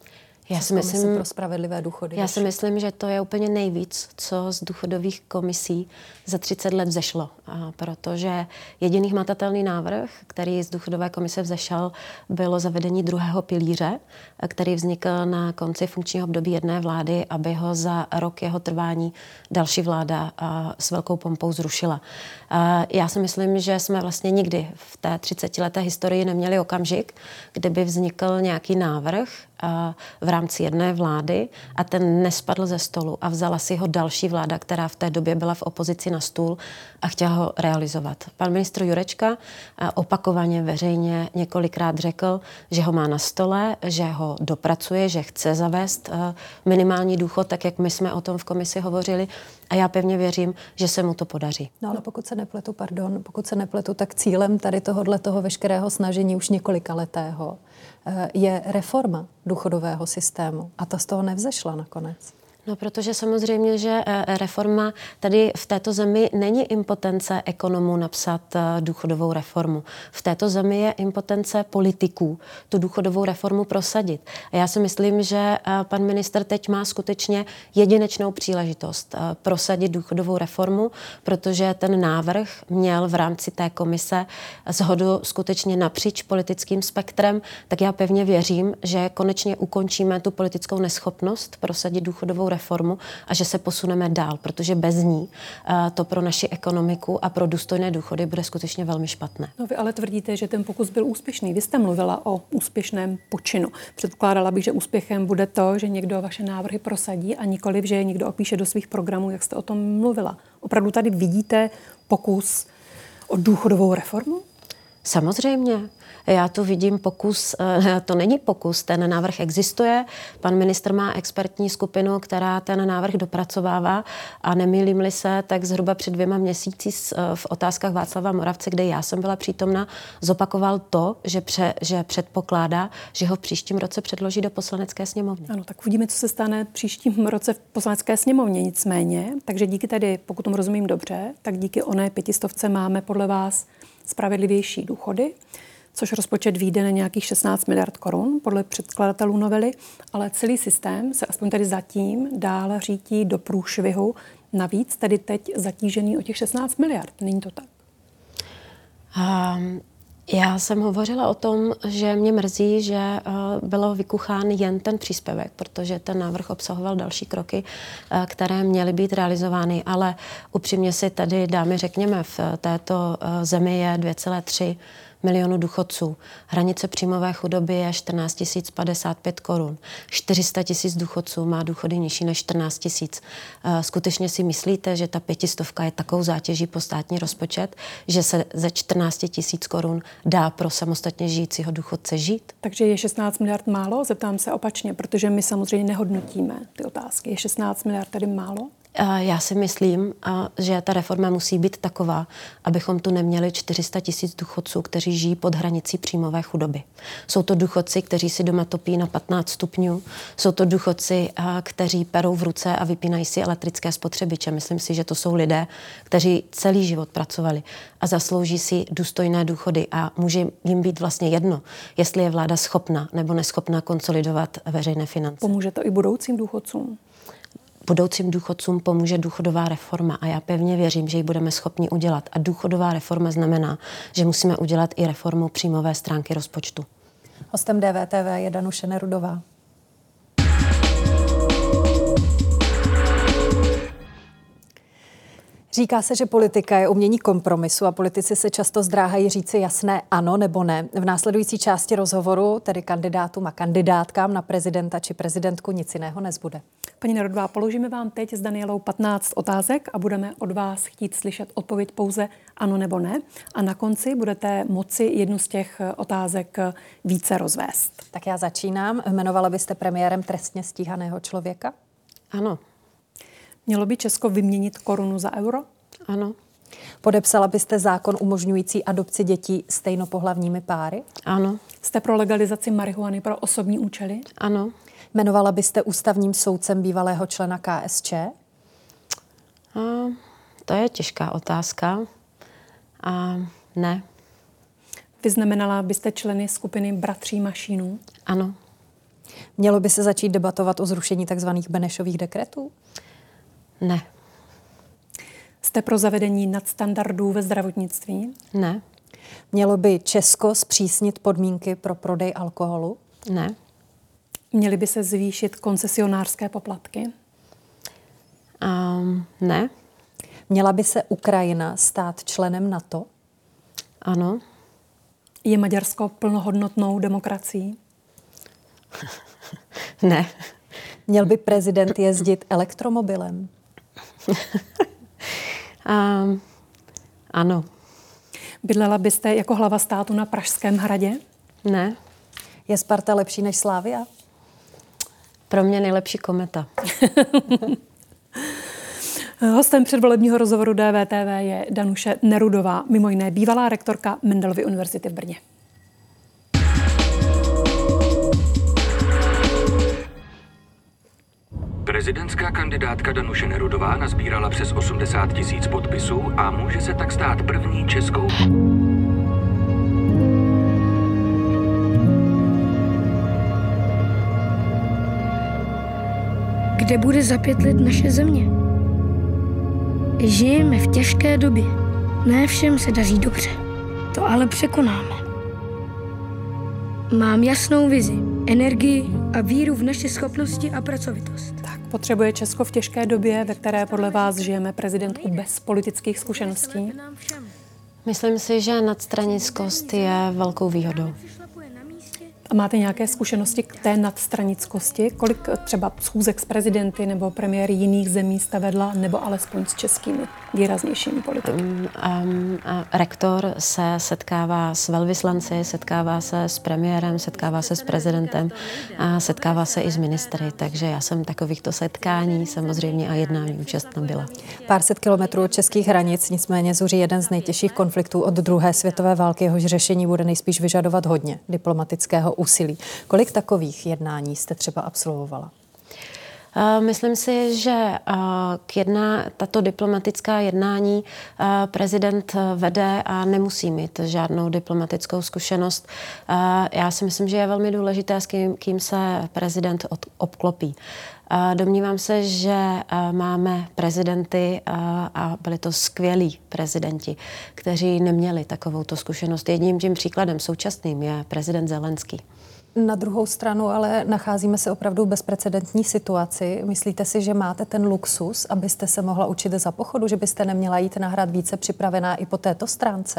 Speaker 4: Já si myslím,
Speaker 3: pro spravedlivé důchody.
Speaker 4: Já si myslím, že to je úplně nejvíc, co z důchodových komisí za třicet let vzešlo. A protože jediný hmatatelný návrh, který z důchodové komise vzešel, bylo zavedení druhého pilíře, který vznikl na konci funkčního období jedné vlády, aby ho za rok jeho trvání další vláda s velkou pompou zrušila. Já si myslím, že jsme vlastně nikdy v té třicetileté historii neměli okamžik, kdyby vznikl nějaký návrh v rámci jedné vlády a ten nespadl ze stolu a vzala si ho další vláda, která v té době byla v opozici na stůl a chtěla ho realizovat. Pan ministr Jurečka opakovaně veřejně několikrát řekl, že ho má na stole, že ho dopracuje, že chce zavést minimální důchod, tak jak my jsme o tom v komisi hovořili a já pevně věřím, že se mu to podaří.
Speaker 3: No ale pokud se nepletu, pardon, pokud se nepletu, tak cílem tady tohohle toho veškerého snažení už několika letého je reforma důchodového systému a ta z toho nevzešla nakonec.
Speaker 4: No, protože samozřejmě, že reforma tady v této zemi není impotence ekonomů napsat důchodovou reformu. V této zemi je impotence politiků tu důchodovou reformu prosadit. A já si myslím, že pan ministr teď má skutečně jedinečnou příležitost prosadit důchodovou reformu, protože ten návrh měl v rámci té komise shodu skutečně napříč politickým spektrem, tak já pevně věřím, že konečně ukončíme tu politickou neschopnost prosadit důchodovou reformu a že se posuneme dál, protože bez ní to pro naši ekonomiku a pro důstojné důchody bude skutečně velmi špatné.
Speaker 2: No vy ale tvrdíte, že ten pokus byl úspěšný. Vy jste mluvila o úspěšném počinu. Předpokládala bych, že úspěchem bude to, že někdo vaše návrhy prosadí a nikoliv, že je někdo opíše do svých programů, jak jste o tom mluvila. Opravdu tady vidíte pokus o důchodovou reformu?
Speaker 4: Samozřejmě. Já tu vidím pokus, to není pokus, ten návrh existuje. Pan ministr má expertní skupinu, která ten návrh dopracovává a nemýlím-li se, tak zhruba před dvěma měsíci v otázkách Václava Moravce, kde já jsem byla přítomna, zopakoval to, že, pře, že předpokládá, že ho v příštím roce předloží do Poslanecké sněmovny.
Speaker 2: Ano, tak uvidíme, co se stane příštím roce v Poslanecké sněmovně nicméně. Takže díky tedy, pokud tomu rozumím dobře, tak díky oné pětistovce máme podle vás spravedlivější důchody, což rozpočet vyjde na nějakých šestnáct miliard korun podle předkladatelů novely, ale celý systém se aspoň tady zatím dále řítí do průšvihu, navíc tedy teď zatížený o těch šestnáct miliard. Není to tak?
Speaker 4: Um, já jsem hovořila o tom, že mě mrzí, že uh, bylo vykuchán jen ten příspěvek, protože ten návrh obsahoval další kroky, uh, které měly být realizovány, ale upřímně si tady, dámy, řekněme, v této uh, zemi je dvě celé tři milionů důchodců. Hranice příjmové chudoby je čtrnáct tisíc padesát pět korun. čtyři sta tisíc důchodců má důchody nižší než čtrnáct tisíc. Skutečně si myslíte, že ta pětistovka je takovou zátěží po státní rozpočet, že se ze čtrnáct tisíc korun dá pro samostatně žijícího důchodce žít?
Speaker 2: Takže je šestnáct miliard málo? Zeptám se opačně, protože my samozřejmě nehodnotíme ty otázky. Je šestnáct miliard tedy málo?
Speaker 4: Já si myslím, že ta reforma musí být taková, abychom tu neměli čtyři sta tisíc důchodců, kteří žijí pod hranicí příjmové chudoby. Jsou to důchodci, kteří si doma topí na patnáct stupňů. Jsou to důchodci, kteří perou v ruce a vypínají si elektrické spotřebiče. Myslím si, že to jsou lidé, kteří celý život pracovali a zaslouží si důstojné důchody a může jim být vlastně jedno, jestli je vláda schopna nebo neschopná konsolidovat veřejné finance.
Speaker 2: Pomůže to i budoucím důchodcům?
Speaker 4: Budoucím důchodcům pomůže důchodová reforma a já pevně věřím, že ji budeme schopni udělat. A důchodová reforma znamená, že musíme udělat i reformu příjmové stránky rozpočtu.
Speaker 3: Hostem D V T V je Danuše Nerudová. Říká se, že politika je umění kompromisu a politici se často zdráhají říci jasné ano nebo ne. V následující části rozhovoru, tedy kandidátům a kandidátkám na prezidenta či prezidentku, nic jiného nezbude.
Speaker 2: Paní Nerudová, položíme vám teď s Danielou patnáct otázek a budeme od vás chtít slyšet odpověď pouze ano nebo ne. A na konci budete moci jednu z těch otázek více rozvést.
Speaker 3: Tak já začínám. Jmenovala byste premiérem trestně stíhaného člověka?
Speaker 4: Ano.
Speaker 2: Mělo by Česko vyměnit korunu za euro?
Speaker 4: Ano.
Speaker 3: Podepsala byste zákon umožňující adopci dětí stejnopohlavními páry?
Speaker 4: Ano.
Speaker 2: Jste pro legalizaci marihuany pro osobní účely?
Speaker 4: Ano.
Speaker 3: Jmenovala byste ústavním soudcem bývalého člena K S Č?
Speaker 4: A, to je těžká otázka. A ne.
Speaker 2: Vyznamenala byste členy skupiny Bratří Mašínů?
Speaker 4: Ano.
Speaker 3: Mělo by se začít debatovat o zrušení tzv. Benešových dekretů?
Speaker 4: Ne.
Speaker 2: Jste pro zavedení nadstandardů ve zdravotnictví?
Speaker 4: Ne.
Speaker 3: Mělo by Česko zpřísnit podmínky pro prodej alkoholu?
Speaker 4: Ne.
Speaker 2: Měly by se zvýšit koncesionářské poplatky?
Speaker 4: Um, ne.
Speaker 3: Měla by se Ukrajina stát členem NATO?
Speaker 4: Ano.
Speaker 2: Je Maďarsko plnohodnotnou demokracií?
Speaker 4: Ne.
Speaker 3: Měl by prezident jezdit elektromobilem?
Speaker 4: um, ano.
Speaker 2: Bydlela byste jako hlava státu na Pražském hradě?
Speaker 4: Ne.
Speaker 3: Je Sparta lepší než Slavia?
Speaker 4: Pro mě nejlepší Kometa.
Speaker 2: Hostem předvolebního rozhovoru D V T V je Danuše Nerudová, mimo jiné bývalá rektorka Mendelovy univerzity v Brně.
Speaker 5: Prezidentská kandidátka Danuše Nerudová nazbírala přes osmdesát tisíc podpisů a může se tak stát první českou...
Speaker 6: Kde bude za pět let naše země? Žijeme v těžké době. Ne všem se daří dobře. To ale překonáme. Mám jasnou vizi, energii a víru v naše schopnosti a pracovitost.
Speaker 2: Tak potřebuje Česko v těžké době, ve které podle vás žijeme, prezidentku bez politických zkušeností?
Speaker 4: Myslím si, že nadstranickost je velkou výhodou.
Speaker 2: A máte nějaké zkušenosti k té nadstranickosti? Kolik třeba schůzek s prezidenty nebo premiéry jiných zemí jste vedla, nebo alespoň s českými výraznějšími politiky?
Speaker 4: Um, um, rektor se setkává s velvyslanci, setkává se s premiérem, setkává se s prezidentem a setkává se i s ministry. Takže já jsem takovýchto setkání samozřejmě a jednání účastna byla.
Speaker 3: Pár set kilometrů od českých hranic nicméně zuří jeden z nejtěžších konfliktů od druhé světové války. Jehož řešení bude nejspíš vyžadovat hodně diplomatického úsilí. Kolik takových jednání jste třeba absolvovala?
Speaker 4: Myslím si, že k jedna, tato diplomatická jednání prezident vede a nemusí mít žádnou diplomatickou zkušenost. Já si myslím, že je velmi důležité, s kým, kým se prezident od, obklopí. Domnívám se, že máme prezidenty a byli to skvělí prezidenti, kteří neměli takovouto zkušenost. Jedním tím příkladem současným je prezident Zelenský.
Speaker 3: Na druhou stranu ale nacházíme se opravdu v bezprecedentní situaci. Myslíte si, že máte ten luxus, abyste se mohla učit za pochodu, že byste neměla jít na hrad více připravená i po této stránce?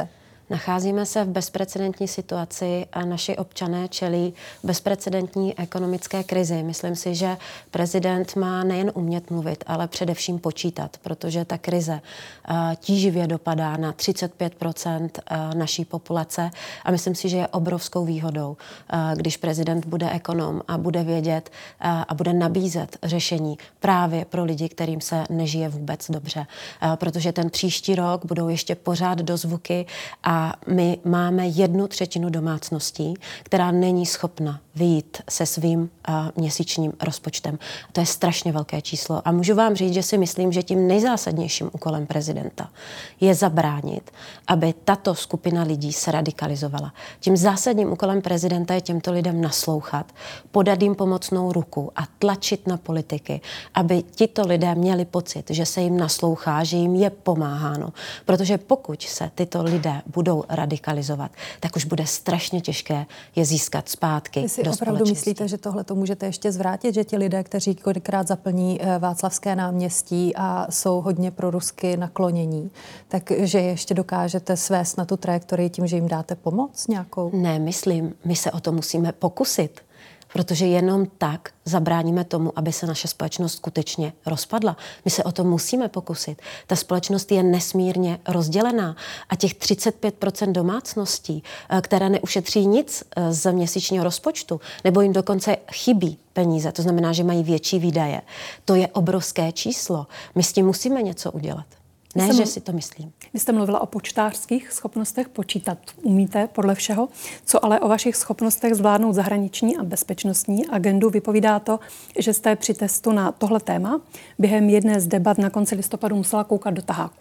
Speaker 4: Nacházíme se v bezprecedentní situaci a naši občané čelí bezprecedentní ekonomické krizi. Myslím si, že prezident má nejen umět mluvit, ale především počítat, protože ta krize tíživě dopadá na třicet pět procent naší populace a myslím si, že je obrovskou výhodou, když prezident bude ekonom a bude vědět a bude nabízet řešení právě pro lidi, kterým se nežije vůbec dobře. Protože ten příští rok budou ještě pořád dozvuky a my máme jednu třetinu domácností, která není schopna vyjít se svým uh, měsíčním rozpočtem. To je strašně velké číslo. A můžu vám říct, že si myslím, že tím nejzásadnějším úkolem prezidenta je zabránit, aby tato skupina lidí se radikalizovala. Tím zásadním úkolem prezidenta je těmto lidem naslouchat, podat jim pomocnou ruku a tlačit na politiky, aby tito lidé měli pocit, že se jim naslouchá, že jim je pomáháno. Protože pokud se tyto lidé budou radikalizovat, tak už bude strašně těžké je získat zpátky.
Speaker 3: Vy si opravdu myslíte, že tohle to můžete ještě zvrátit, že ti lidé, kteří kolikrát zaplní Václavské náměstí a jsou hodně prorusky naklonění, takže ještě dokážete svést na tu trajektorii tím, že jim dáte pomoc nějakou?
Speaker 4: Ne, myslím, my se o to musíme pokusit. Protože jenom tak zabráníme tomu, aby se naše společnost skutečně rozpadla. My se o to musíme pokusit. Ta společnost je nesmírně rozdělená a těch třicet pět procent domácností, které neušetří nic z měsíčního rozpočtu, nebo jim dokonce chybí peníze, to znamená, že mají větší výdaje, to je obrovské číslo. My s tím musíme něco udělat. Ne, jsem, že si to myslím.
Speaker 2: Vy jste mluvila o počtářských schopnostech, počítat umíte podle všeho, co ale o vašich schopnostech zvládnout zahraniční a bezpečnostní agendu. Vypovídá to, že jste při testu na tohle téma během jedné z debat na konci listopadu musela koukat do taháku.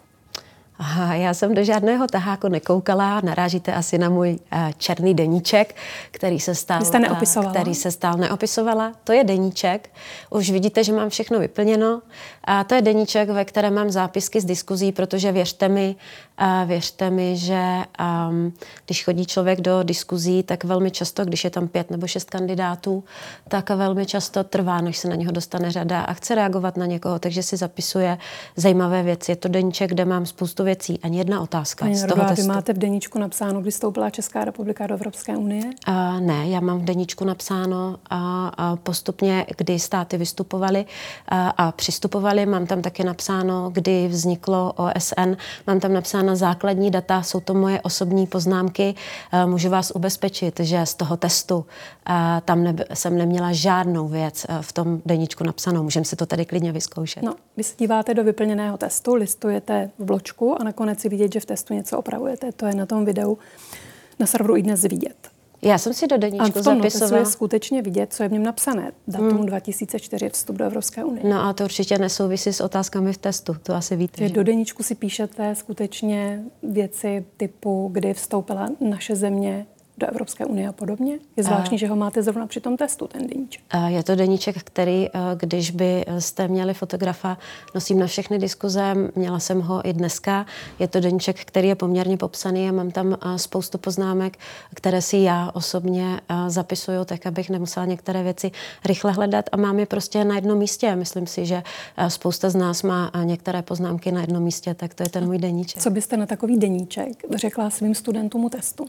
Speaker 4: Aha, já jsem do žádného taháku nekoukala, narážíte asi na můj uh, černý deníček, který se stal,
Speaker 2: jste neopisovala?
Speaker 4: který se stal neopisovala. To je deníček, už vidíte, že mám všechno vyplněno. A to je deníček, ve kterém mám zápisky z diskuzí, protože věřte mi, uh, věřte mi, že um, když chodí člověk do diskuzí, tak velmi často, když je tam pět nebo šest kandidátů, tak velmi často trvá, než se na něho dostane řada a chce reagovat na někoho, takže si zapisuje zajímavé věci. Je to deníček, kde mám spoustu věcí, ani jedna otázka
Speaker 2: Pani
Speaker 4: z toho testu.
Speaker 2: Vy máte v deníčku napsáno, kdy vstoupila Česká republika do Evropské unie?
Speaker 4: Uh, ne, já mám v deníčku napsáno a, a postupně, kdy státy vystupovaly a, a přistupovaly. Mám tam také napsáno, kdy vzniklo O S N. Mám tam napsáno základní data, jsou to moje osobní poznámky. Uh, můžu vás ubezpečit, že z toho testu uh, tam ne, jsem neměla žádnou věc uh, v tom deníčku napsanou. Můžeme si to tady klidně vyzkoušet.
Speaker 2: No, vy se díváte do vyplněného testu, listujete v bločku a nakonec si vidět, že v testu něco opravujete. To je na tom videu na serveru iDnes vidět.
Speaker 4: Já jsem si do deníčku
Speaker 2: zapisovala. A v tom
Speaker 4: zapisovala.
Speaker 2: testu je skutečně vidět, co je v něm napsané. Datum hmm. dva tisíce čtyři vstup do Evropské unie.
Speaker 4: No a to určitě nesouvisí s otázkami v testu, to asi víte.
Speaker 2: Že do deníčku si píšete skutečně věci typu, kdy vstoupila naše země do Evropské unie a podobně? Je zvláštní, a... že ho máte zrovna při tom testu, ten deníček.
Speaker 4: Je to deníček, který, když byste měli fotografa, nosím na všechny diskuze, měla jsem ho i dneska. Je to deníček, který je poměrně popsaný a mám tam spoustu poznámek, které si já osobně zapisuju, tak abych nemusela některé věci rychle hledat a mám je prostě na jednom místě. Myslím si, že spousta z nás má některé poznámky na jednom místě, tak to je ten můj deníček.
Speaker 2: Co byste na takový deníček řekla svým studentům u testu?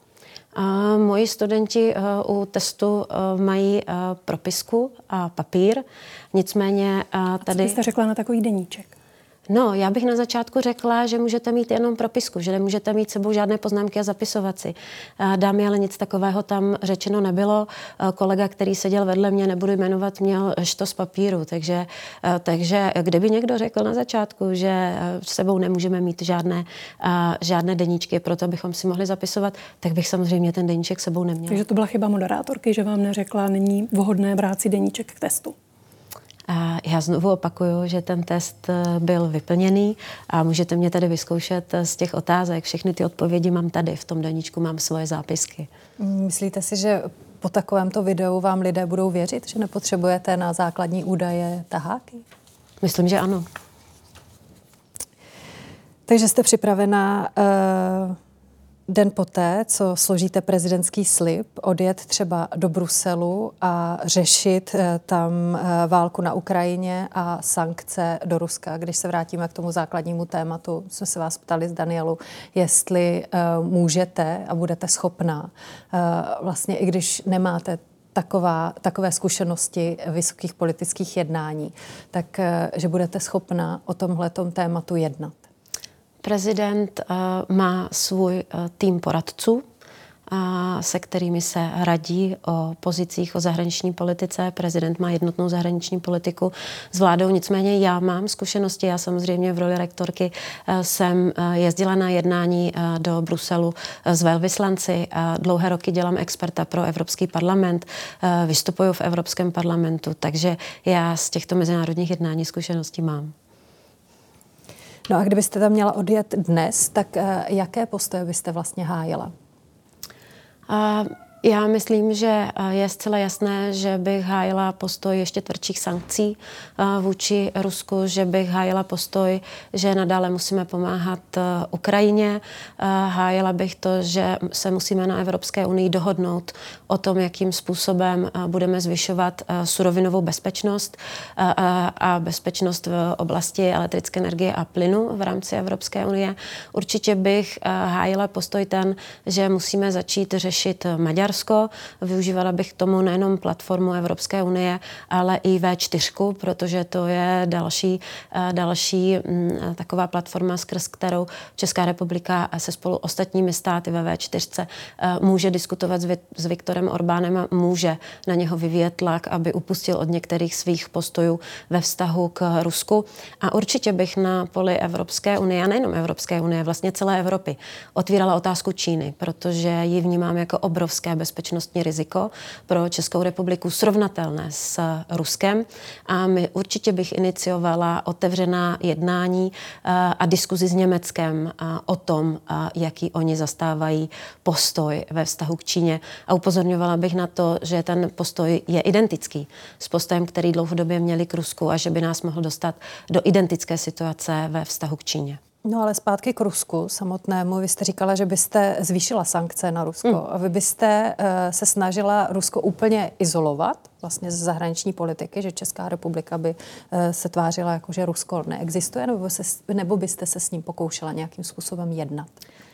Speaker 4: A moji studenti uh, u testu uh, mají uh, propisku a papír, nicméně uh, tady...
Speaker 2: A co byste řekla na takový deníček?
Speaker 4: No, já bych na začátku řekla, že můžete mít jenom propisku, že nemůžete mít sebou žádné poznámky a zapisovací. Dámy, ale nic takového tam řečeno nebylo. Kolega, který seděl vedle mě, nebudu jmenovat, měl štos papíru, takže, takže kdyby někdo řekl na začátku, že s sebou nemůžeme mít žádné, žádné deníčky, proto bychom si mohli zapisovat, tak bych samozřejmě ten deníček sebou neměla.
Speaker 2: Takže to byla chyba moderátorky, že vám neřekla, není vhodné brát si deníček k testu.
Speaker 4: A já znovu opakuju, že ten test byl vyplněný a můžete mě tady vyzkoušet z těch otázek. Všechny ty odpovědi mám tady, v tom deníčku mám svoje zápisky.
Speaker 3: Myslíte si, že po takovémto videu vám lidé budou věřit, že nepotřebujete na základní údaje taháky?
Speaker 4: Myslím, že ano.
Speaker 3: Takže jste připravena uh, den poté, co složíte prezidentský slib, odjet třeba do Bruselu a řešit tam válku na Ukrajině a sankce do Ruska. Když se vrátíme k tomu základnímu tématu, jsme se vás ptali s Danielou, jestli můžete a budete schopná, vlastně i když nemáte Taková, takové zkušenosti vysokých politických jednání, tak že budete schopna o tomhletom tématu jednat.
Speaker 4: Prezident uh, má svůj uh, tým poradců, uh, se kterými se radí o pozicích o zahraniční politice. Prezident má jednotnou zahraniční politiku s vládou, nicméně já mám zkušenosti. Já samozřejmě v roli rektorky uh, jsem uh, jezdila na jednání uh, do Bruselu uh, s velvyslanci. Uh, dlouhé roky dělám experta pro Evropský parlament, uh, vystupuju v Evropském parlamentu, takže já z těchto mezinárodních jednání zkušenosti mám.
Speaker 3: No a kdybyste tam měla odjet dnes, tak uh, jaké postoje byste vlastně hájila?
Speaker 4: Uh, Já myslím, že je zcela jasné, že bych hájila postoj ještě tvrdších sankcí vůči Rusku, že bych hájila postoj, že nadále musíme pomáhat Ukrajině. Hájila bych to, že se musíme na Evropské unii dohodnout o tom, jakým způsobem budeme zvyšovat surovinovou bezpečnost a bezpečnost v oblasti elektrické energie a plynu v rámci Evropské unie. Určitě bych hájila postoj ten, že musíme začít řešit Maďarsko. Využívala bych k tomu nejenom platformu Evropské unie, ale i vé čtyři, protože to je další, další taková platforma, skrz kterou Česká republika se spolu ostatními státy ve vé čtyři může diskutovat s Viktorem Orbánem a může na něho vyvíjet tlak, aby upustil od některých svých postojů ve vztahu k Rusku. A určitě bych na poli Evropské unie, a nejenom Evropské unie, vlastně celé Evropy, otvírala otázku Číny, protože ji vnímám jako obrovské bezpečnostní riziko pro Českou republiku srovnatelné s Ruskem. A my určitě bych iniciovala otevřená jednání a diskuzi s Německem o tom, jaký oni zastávají postoj ve vztahu k Číně. A upozorňovala bych na to, že ten postoj je identický s postojem, který dlouhodobě měli k Rusku a že by nás mohl dostat do identické situace ve vztahu k Číně.
Speaker 3: No ale zpátky k Rusku samotnému. Vy jste říkala, že byste zvýšila sankce na Rusko. Hmm. A vy byste uh, se snažila Rusko úplně izolovat vlastně z zahraniční politiky, že Česká republika by uh, se tvářila jako, že Rusko neexistuje, nebo, se, nebo byste se s ním pokoušela nějakým způsobem jednat?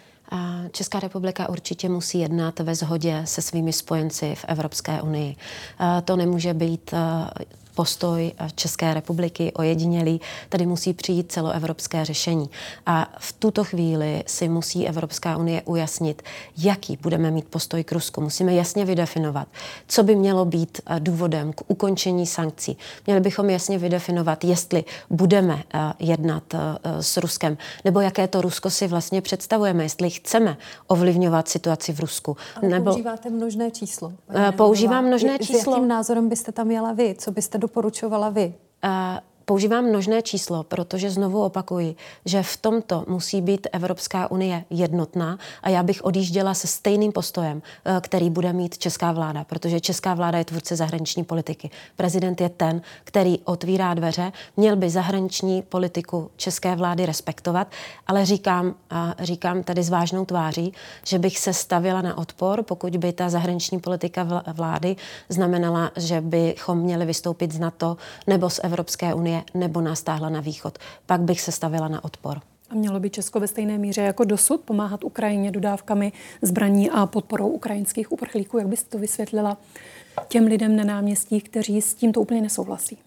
Speaker 4: Česká republika určitě musí jednat ve shodě se svými spojenci v Evropské unii. To nemůže být postoj České republiky ojedinělý, tady musí přijít celoevropské řešení. A v tuto chvíli si musí Evropská unie ujasnit, jaký budeme mít postoj k Rusku. Musíme jasně vydefinovat, co by mělo být důvodem k ukončení sankcí. Měli bychom jasně vydefinovat, jestli budeme jednat s Ruskem, nebo jaké to Rusko si vlastně představujeme, jestli chceme ovlivňovat situaci v Rusku.
Speaker 3: Ale
Speaker 4: nebo...
Speaker 3: používáte množné číslo.
Speaker 4: Používám množné číslo.
Speaker 3: S jakým názorem byste tam jela vy? Co byste doporučovala vy?
Speaker 4: Uh, používám množné číslo, protože znovu opakuji, že v tomto musí být Evropská unie jednotná a já bych odjížděla se stejným postojem, uh, který bude mít česká vláda, protože česká vláda je tvůrce zahraniční politiky. Prezident je ten, který otvírá dveře, měl by zahraniční politiku české vlády respektovat, ale říkám, uh, říkám tady s vážnou tváří, že bych se stavěla na odpor, pokud by ta zahraniční politika vlády znamenala, že bychom měli vystoupit z NATO nebo z Evropské unie, nebo nás táhla na východ. Pak bych se stavila na odpor.
Speaker 2: A mělo by Česko ve stejné míře jako dosud pomáhat Ukrajině dodávkami zbraní a podporou ukrajinských uprchlíků? Jak byste to vysvětlila těm lidem na náměstí, kteří s tímto úplně nesouhlasí?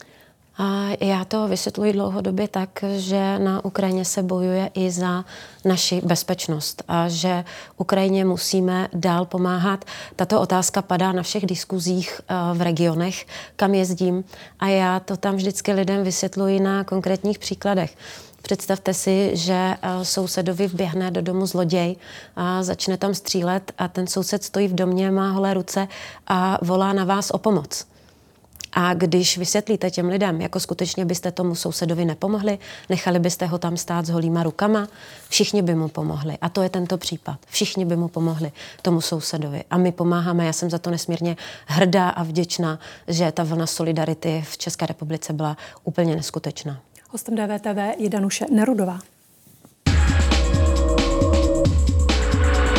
Speaker 4: A já to vysvětluji dlouhodobě tak, že na Ukrajině se bojuje i za naši bezpečnost a že Ukrajině musíme dál pomáhat. Tato otázka padá na všech diskuzích v regionech, kam jezdím, a já to tam vždycky lidem vysvětluji na konkrétních příkladech. Představte si, že sousedovi vběhne do domu zloděj a začne tam střílet a ten soused stojí v domě, má holé ruce a volá na vás o pomoc. A když vysvětlíte těm lidem, jako skutečně byste tomu sousedovi nepomohli, nechali byste ho tam stát s holýma rukama, všichni by mu pomohli. A to je tento případ. Všichni by mu pomohli tomu sousedovi. A my pomáháme. Já jsem za to nesmírně hrdá a vděčná, že ta vlna solidarity v České republice byla úplně neskutečná.
Speaker 2: Hostem D V T V je Danuše Nerudová.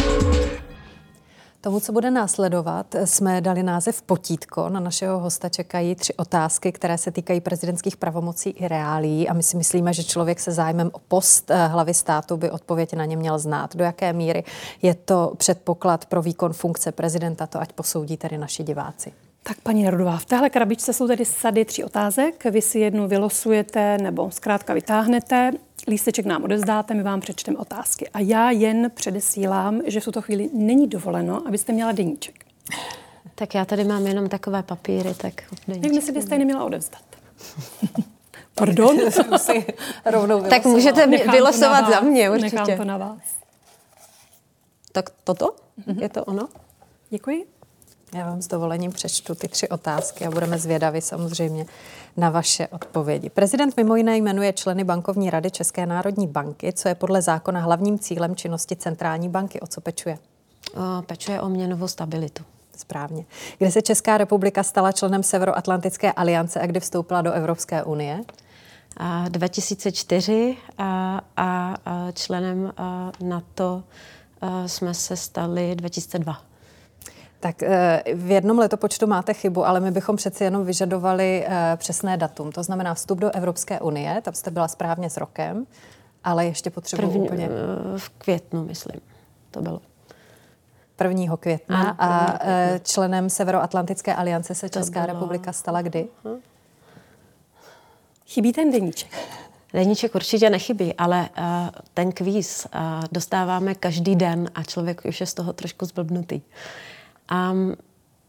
Speaker 3: Tomu, co bude následovat, jsme dali název Potítko. Na našeho hosta čekají tři otázky, které se týkají prezidentských pravomocí i reálií a my si myslíme, že člověk se zájmem o post hlavy státu by odpověď na ně měl znát. Do jaké míry je to předpoklad pro výkon funkce prezidenta, to ať posoudí tedy naši diváci.
Speaker 2: Tak paní Nerudová, v téhle krabičce jsou tedy sady tří otázek. Vy si jednu vylosujete nebo zkrátka vytáhnete. Lísteček nám odevzdáte, my vám přečteme otázky. A já jen předesílám, že v tuto chvíli není dovoleno, abyste měla deníček.
Speaker 4: Tak já tady mám jenom takové papíry, tak deníček.
Speaker 2: Jak si byste ji neměla odevzdat? Pardon?
Speaker 3: Rovnou
Speaker 4: tak můžete
Speaker 2: Nechám
Speaker 4: vylosovat za mě určitě.
Speaker 2: Nechám to na vás.
Speaker 4: Tak toto? Mm-hmm. Je to ono?
Speaker 2: Děkuji.
Speaker 3: Já vám s dovolením přečtu ty tři otázky a budeme zvědaví samozřejmě na vaše odpovědi. Prezident mimo jiné jmenuje členy bankovní rady České národní banky, co je podle zákona hlavním cílem činnosti centrální banky. O co pečuje?
Speaker 4: O, pečuje o měnovou stabilitu.
Speaker 3: Správně. Kde se Česká republika stala členem Severoatlantické aliance a kdy vstoupila do Evropské unie?
Speaker 4: A dva tisíce čtyři a, a, a členem a NATO a jsme se stali dva tisíce dva.
Speaker 3: Tak v jednom letopočtu máte chybu, ale my bychom přeci jenom vyžadovali přesné datum. To znamená vstup do Evropské unie, tam jste byla správně s rokem, ale ještě potřebuji
Speaker 4: První,
Speaker 3: úplně...
Speaker 4: V květnu, myslím, to bylo.
Speaker 3: prvního května ano, a května. Členem Severoatlantické aliance se Česká republika stala kdy? Uh-huh.
Speaker 2: Chybí ten deníček.
Speaker 4: Deníček určitě nechybí, ale uh, ten kvíz uh, dostáváme každý den a člověk už je z toho trošku zblbnutý. Um, uh,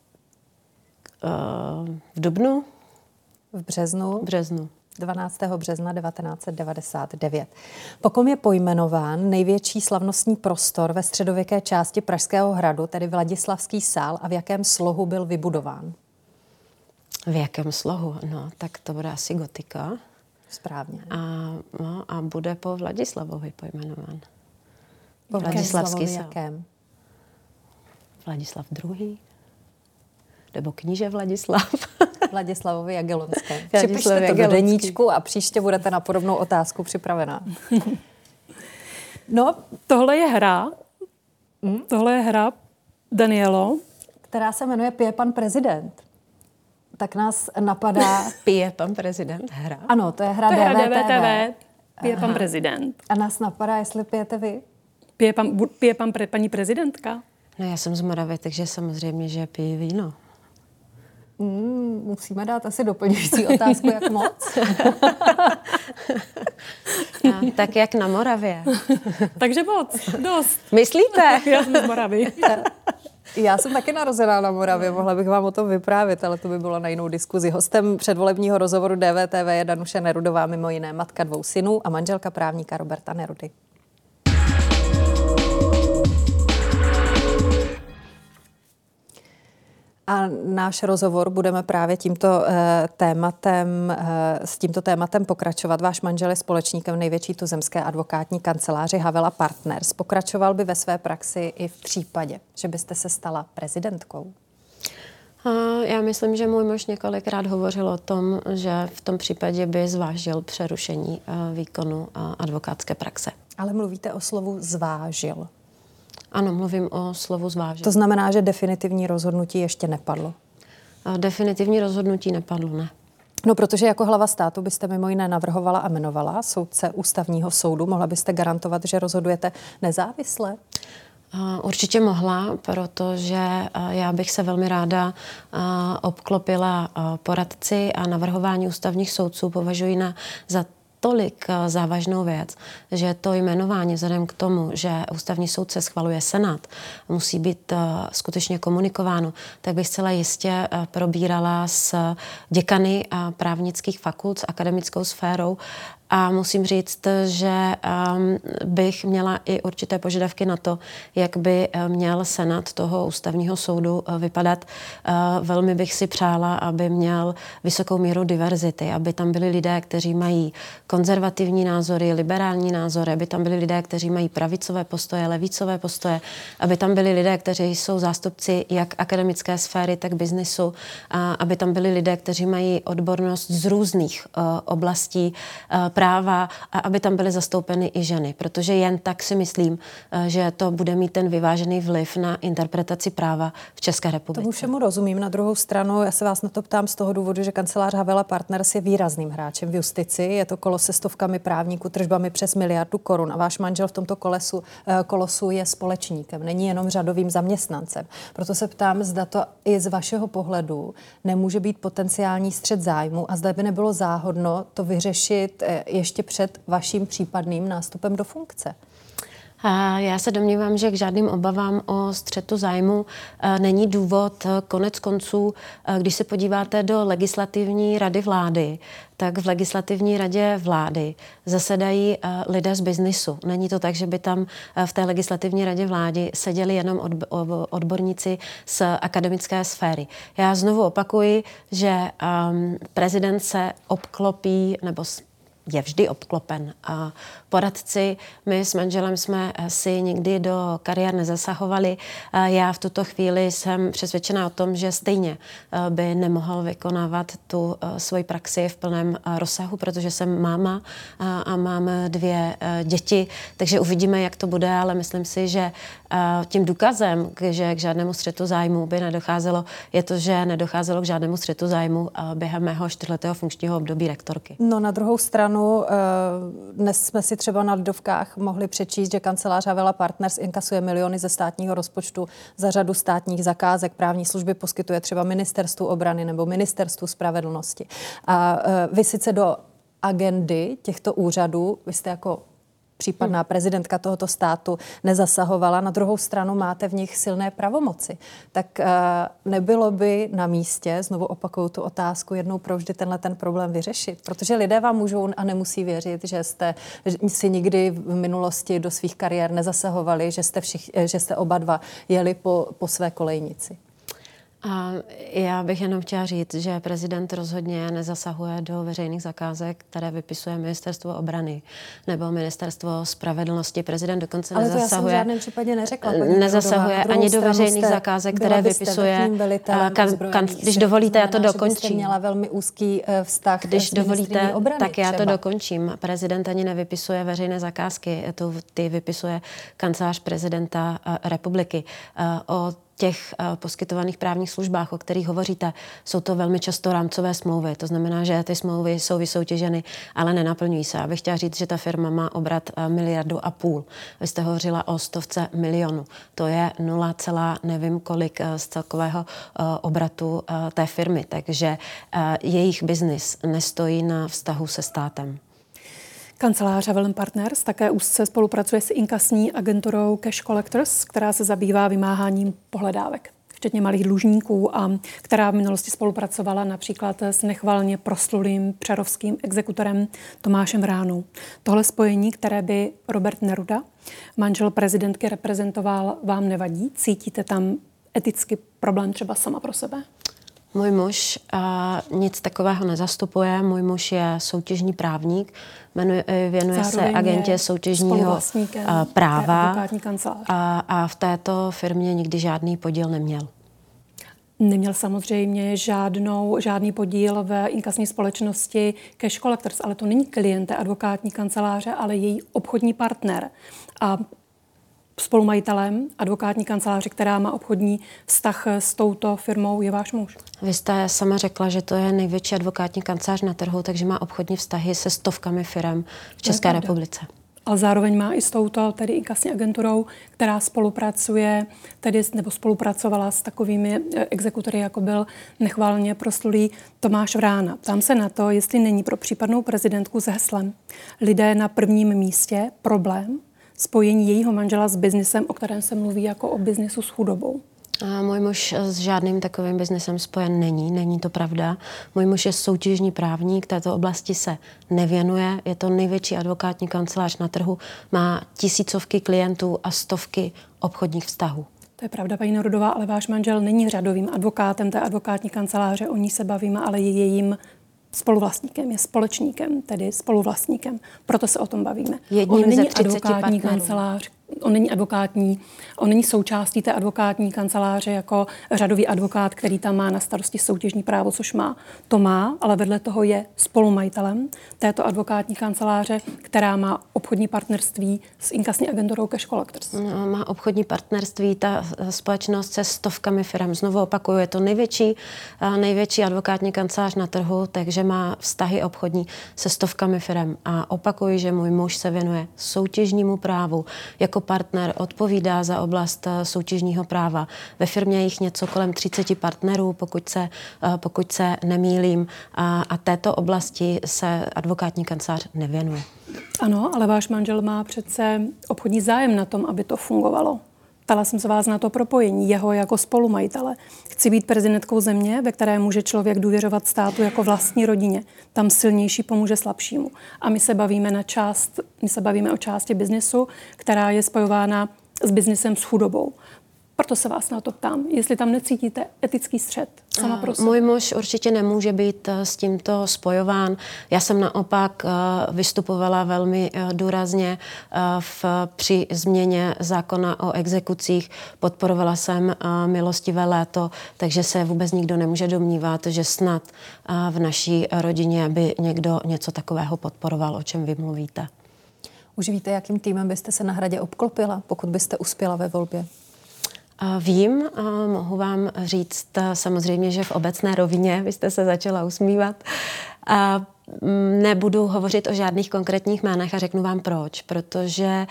Speaker 4: v dubnu?
Speaker 3: V březnu?
Speaker 4: V březnu.
Speaker 3: dvanáctého března devatenáct set devadesát devět. Po kom je pojmenován největší slavnostní prostor ve středověké části Pražského hradu, tedy Vladislavský sál, a v jakém slohu byl vybudován?
Speaker 4: V jakém slohu? No, tak to bude asi gotika.
Speaker 3: Správně.
Speaker 4: A, no, a bude po Vladislavovi pojmenován.
Speaker 3: Po Vladislavský sál. Jakém?
Speaker 4: Vladislav druhý. Nebo kníže Vladislav.
Speaker 3: Vladislavovi Jagellonském. Připište to do deníčku a příště budete na podobnou otázku připravená.
Speaker 2: No, tohle je hra. Hmm? Tohle je hra, Danielo.
Speaker 3: Která se jmenuje Pije pan prezident. Tak nás napadá...
Speaker 4: Pije pan prezident, hra?
Speaker 3: Ano, to je hra
Speaker 2: to
Speaker 3: D V T V.
Speaker 2: D V T V. Pije pan prezident.
Speaker 3: A nás napadá, jestli pijete vy?
Speaker 2: Pije, pan, pije pan pre, paní prezidentka?
Speaker 4: No, já jsem z Moravy, takže samozřejmě, že pije víno.
Speaker 3: Mm, musíme dát asi doplňující otázku, jak moc.
Speaker 4: A, tak jak na Moravě.
Speaker 2: Takže moc, dost.
Speaker 4: Myslíte?
Speaker 2: Já jsem z Moravy.
Speaker 3: Já jsem taky narozená na Moravě, mohla bych vám o tom vyprávět, ale to by bylo na jinou diskuzi. Hostem předvolebního rozhovoru D V T V je Danuše Nerudová, mimo jiné matka dvou synů a manželka právníka Roberta Nerudy. A náš rozhovor budeme právě tímto uh, tématem, uh, s tímto tématem pokračovat. Váš manžel je společníkem největší tuzemské advokátní kanceláři Havel a Partners. Pokračoval by ve své praxi i v případě, že byste se stala prezidentkou?
Speaker 4: Já myslím, že můj muž několikrát hovořil o tom, že v tom případě by zvážil přerušení uh, výkonu uh, advokátské praxe.
Speaker 3: Ale mluvíte o slovu zvážil.
Speaker 4: Ano, mluvím o slovu zvážil.
Speaker 3: To znamená, že definitivní rozhodnutí ještě nepadlo?
Speaker 4: Definitivní rozhodnutí nepadlo, ne.
Speaker 3: No, protože jako hlava státu byste mimo jiné navrhovala a jmenovala soudce ústavního soudu. Mohla byste garantovat, že rozhodujete nezávisle?
Speaker 4: Určitě mohla, protože já bych se velmi ráda obklopila poradci a navrhování ústavních soudců považuji na, za tolik závažnou věc, že to jmenování vzhledem k tomu, že ústavní soudce schvaluje Senát, musí být uh, skutečně komunikováno, tak bych zcela jistě uh, probírala s děkany uh, právnických fakult, s akademickou sférou. A musím říct, že um, bych měla i určité požadavky na to, jak by měl Senát toho ústavního soudu uh, vypadat. Uh, velmi bych si přála, aby měl vysokou míru diverzity, aby tam byli lidé, kteří mají konzervativní názory, liberální názory, aby tam byli lidé, kteří mají pravicové postoje, levicové postoje, aby tam byli lidé, kteří jsou zástupci jak akademické sféry, tak biznesu, a aby tam byli lidé, kteří mají odbornost z různých uh, oblastí uh, práva a aby tam byly zastoupeny i ženy, protože jen tak si myslím, že to bude mít ten vyvážený vliv na interpretaci práva v České republice.
Speaker 3: Tomu všemu rozumím. Na druhou stranu, já se vás na to ptám z toho důvodu, že kancelář Havela Partners je výrazným hráčem v justici. Je to kolo se stovkami právníků, tržbami přes miliardu korun a váš manžel v tomto kolesu, kolosu je společníkem, není jenom řadovým zaměstnancem. Proto se ptám, zda to i z vašeho pohledu nemůže být potenciální střet zájmu a zda by nebylo záhodno to vyřešit ještě před vaším případným nástupem do funkce.
Speaker 4: A já se domnívám, že k žádným obavám o střetu zájmu není důvod. Konec konců, když se podíváte do legislativní rady vlády, tak v legislativní radě vlády zasedají lidé z biznisu. Není to tak, že by tam v té legislativní radě vlády seděli jenom odborníci z akademické sféry. Já znovu opakuji, že prezident se obklopí nebo je vždy obklopen. A poradci, my s manželem jsme si nikdy do kariér nezasahovali. Já v tuto chvíli jsem přesvědčena o tom, že stejně by nemohl vykonávat tu svoji praxi v plném rozsahu, protože jsem máma a mám dvě děti, takže uvidíme, jak to bude, ale myslím si, že tím důkazem, že k žádnému střetu zájmu by nedocházelo, je to, že nedocházelo k žádnému střetu zájmu během mého čtyřletého funkčního období rektorky.
Speaker 3: No na druhou stranu, dnes jsme si třeba na Lidovkách mohli přečíst, že kancelář Havela Partners inkasuje miliony ze státního rozpočtu za řadu státních zakázek. Právní služby poskytuje třeba Ministerstvu obrany nebo Ministerstvu spravedlnosti. A vy sice do agendy těchto úřadů, vy jste jako případná prezidentka tohoto státu nezasahovala. Na druhou stranu máte v nich silné pravomoci. Tak uh, nebylo by na místě, znovu opakuju tu otázku, jednou provždy tenhle ten problém vyřešit? Protože lidé vám můžou a nemusí věřit, že jste si nikdy v minulosti do svých kariér nezasahovali, že jste, všich, že jste oba dva jeli po, po své kolejnici.
Speaker 4: A já bych jenom chtěla říct, že prezident rozhodně nezasahuje do veřejných zakázek, které vypisuje Ministerstvo obrany nebo Ministerstvo spravedlnosti. Prezident dokonce
Speaker 3: ale
Speaker 4: nezasahuje.
Speaker 3: Ale to já jsem v žádném případě neřekla.
Speaker 4: Nezasahuje ani do veřejných zakázek, které vypisuje.
Speaker 3: Kan,
Speaker 4: kan, když dovolíte, já to dokončím.
Speaker 3: Že měla velmi úzký vztah
Speaker 4: když
Speaker 3: s
Speaker 4: dovolíte,
Speaker 3: obrany,
Speaker 4: tak já
Speaker 3: třeba.
Speaker 4: to dokončím. Prezident ani nevypisuje veřejné zakázky, to ty vypisuje kancelář prezidenta republiky. O těch uh, poskytovaných právních službách, o kterých hovoříte, jsou to velmi často rámcové smlouvy. To znamená, že ty smlouvy jsou vysoutěženy, ale nenaplňují se. Já bych chtěla říct, že ta firma má obrat uh, miliardu a půl. Vy jste hovořila o stovce milionů. To je nula, nevím kolik uh, z celkového uh, obratu uh, té firmy. Takže uh, jejich biznis nestojí na vztahu se státem.
Speaker 2: Kancelář Havela Partners také úzce spolupracuje s inkasní agenturou Cash Collectors, která se zabývá vymáháním pohledávek, včetně malých dlužníků, a která v minulosti spolupracovala například s nechvalně proslulým přerovským exekutorem Tomášem Vránou. Tohle spojení, které by Robert Neruda, manžel prezidentky, reprezentoval, vám nevadí? Cítíte tam etický problém třeba sama pro sebe?
Speaker 4: Můj muž uh, nic takového nezastupuje. Můj muž je soutěžní právník, jmenuje, věnuje
Speaker 2: Zároveň
Speaker 4: se agentě soutěžního uh, práva a, a v této firmě nikdy žádný podíl neměl.
Speaker 2: Neměl samozřejmě žádnou, žádný podíl v inkasní společnosti Cash Collectors, ale to není klient té advokátní kanceláře, ale její obchodní partner. A spolumajitelem advokátní kanceláře, která má obchodní vztah s touto firmou, je váš muž.
Speaker 4: Vy jste sama řekla, že to je největší advokátní kancelář na trhu, takže má obchodní vztahy se stovkami firem v České republice.
Speaker 2: Ale zároveň má i s touto tedy inkasní agenturou, která spolupracuje, tedy, nebo spolupracovala s takovými exekutory, jako byl nechvalně proslulý Tomáš Vrána. Ptám se na to, jestli není pro případnou prezidentku s heslem lidé na prvním místě problém spojení jejího manžela s biznisem, o kterém se mluví jako o biznisu s chudobou.
Speaker 4: A můj muž s žádným takovým biznesem spojen není, není to pravda. Můj muž je soutěžní právník, této oblasti se nevěnuje, je to největší advokátní kancelář na trhu, má tisícovky klientů a stovky obchodních vztahů.
Speaker 2: To je pravda, paní Nerudová, ale váš manžel není řadovým advokátem té advokátní kanceláře, o ní se bavíme, ale je jejím spoluvlastníkem, je společníkem, tedy spoluvlastníkem. Proto se o tom bavíme.
Speaker 4: Jedním
Speaker 2: On
Speaker 4: ze
Speaker 2: není
Speaker 4: třiceti
Speaker 2: advokátní
Speaker 4: partnerů.
Speaker 2: kancelář, on není advokátní, on není součástí té advokátní kanceláře jako řadový advokát, který tam má na starosti soutěžní právo, což má. To má, ale vedle toho je spolumajitelem této advokátní kanceláře, která má obchodní partnerství s inkasní agenturou Cash Collectors.
Speaker 4: No, má obchodní partnerství, ta společnost se stovkami firm. Znovu opakuju, je to největší, největší advokátní kancelář na trhu, takže má vztahy obchodní se stovkami firm. A opakuju, že můj muž se věnuje soutěžnímu právu. Jako partner odpovídá za oblast soutěžního práva. Ve firmě je jich něco kolem třiceti partnerů, pokud se, pokud se nemýlím. A, a této oblasti se advokátní kancelář nevěnuje.
Speaker 2: Ano, ale váš manžel má přece obchodní zájem na tom, aby to fungovalo. Ptala jsem se vás na to propojení, jeho jako spolumajitele. Chci být prezidentkou země, ve které může člověk důvěřovat státu jako vlastní rodině. Tam silnější pomůže slabšímu. A my se bavíme na část, my se bavíme o části biznesu, která je spojována s biznesem s chudobou. Proto se vás na to ptám, jestli tam necítíte etický střet sama pro sebe.
Speaker 4: Můj muž určitě nemůže být s tímto spojován. Já jsem naopak vystupovala velmi důrazně v, při změně zákona o exekucích. Podporovala jsem milostivé léto, takže se vůbec nikdo nemůže domnívat, že snad v naší rodině by někdo něco takového podporoval, o čem vy mluvíte.
Speaker 3: Už víte, jakým týmem byste se na Hradě obklopila, pokud byste uspěla ve volbě?
Speaker 4: Vím, mohu vám říct samozřejmě, že v obecné rovině, vy jste se začala usmívat, a nebudu hovořit o žádných konkrétních jménech a řeknu vám proč, protože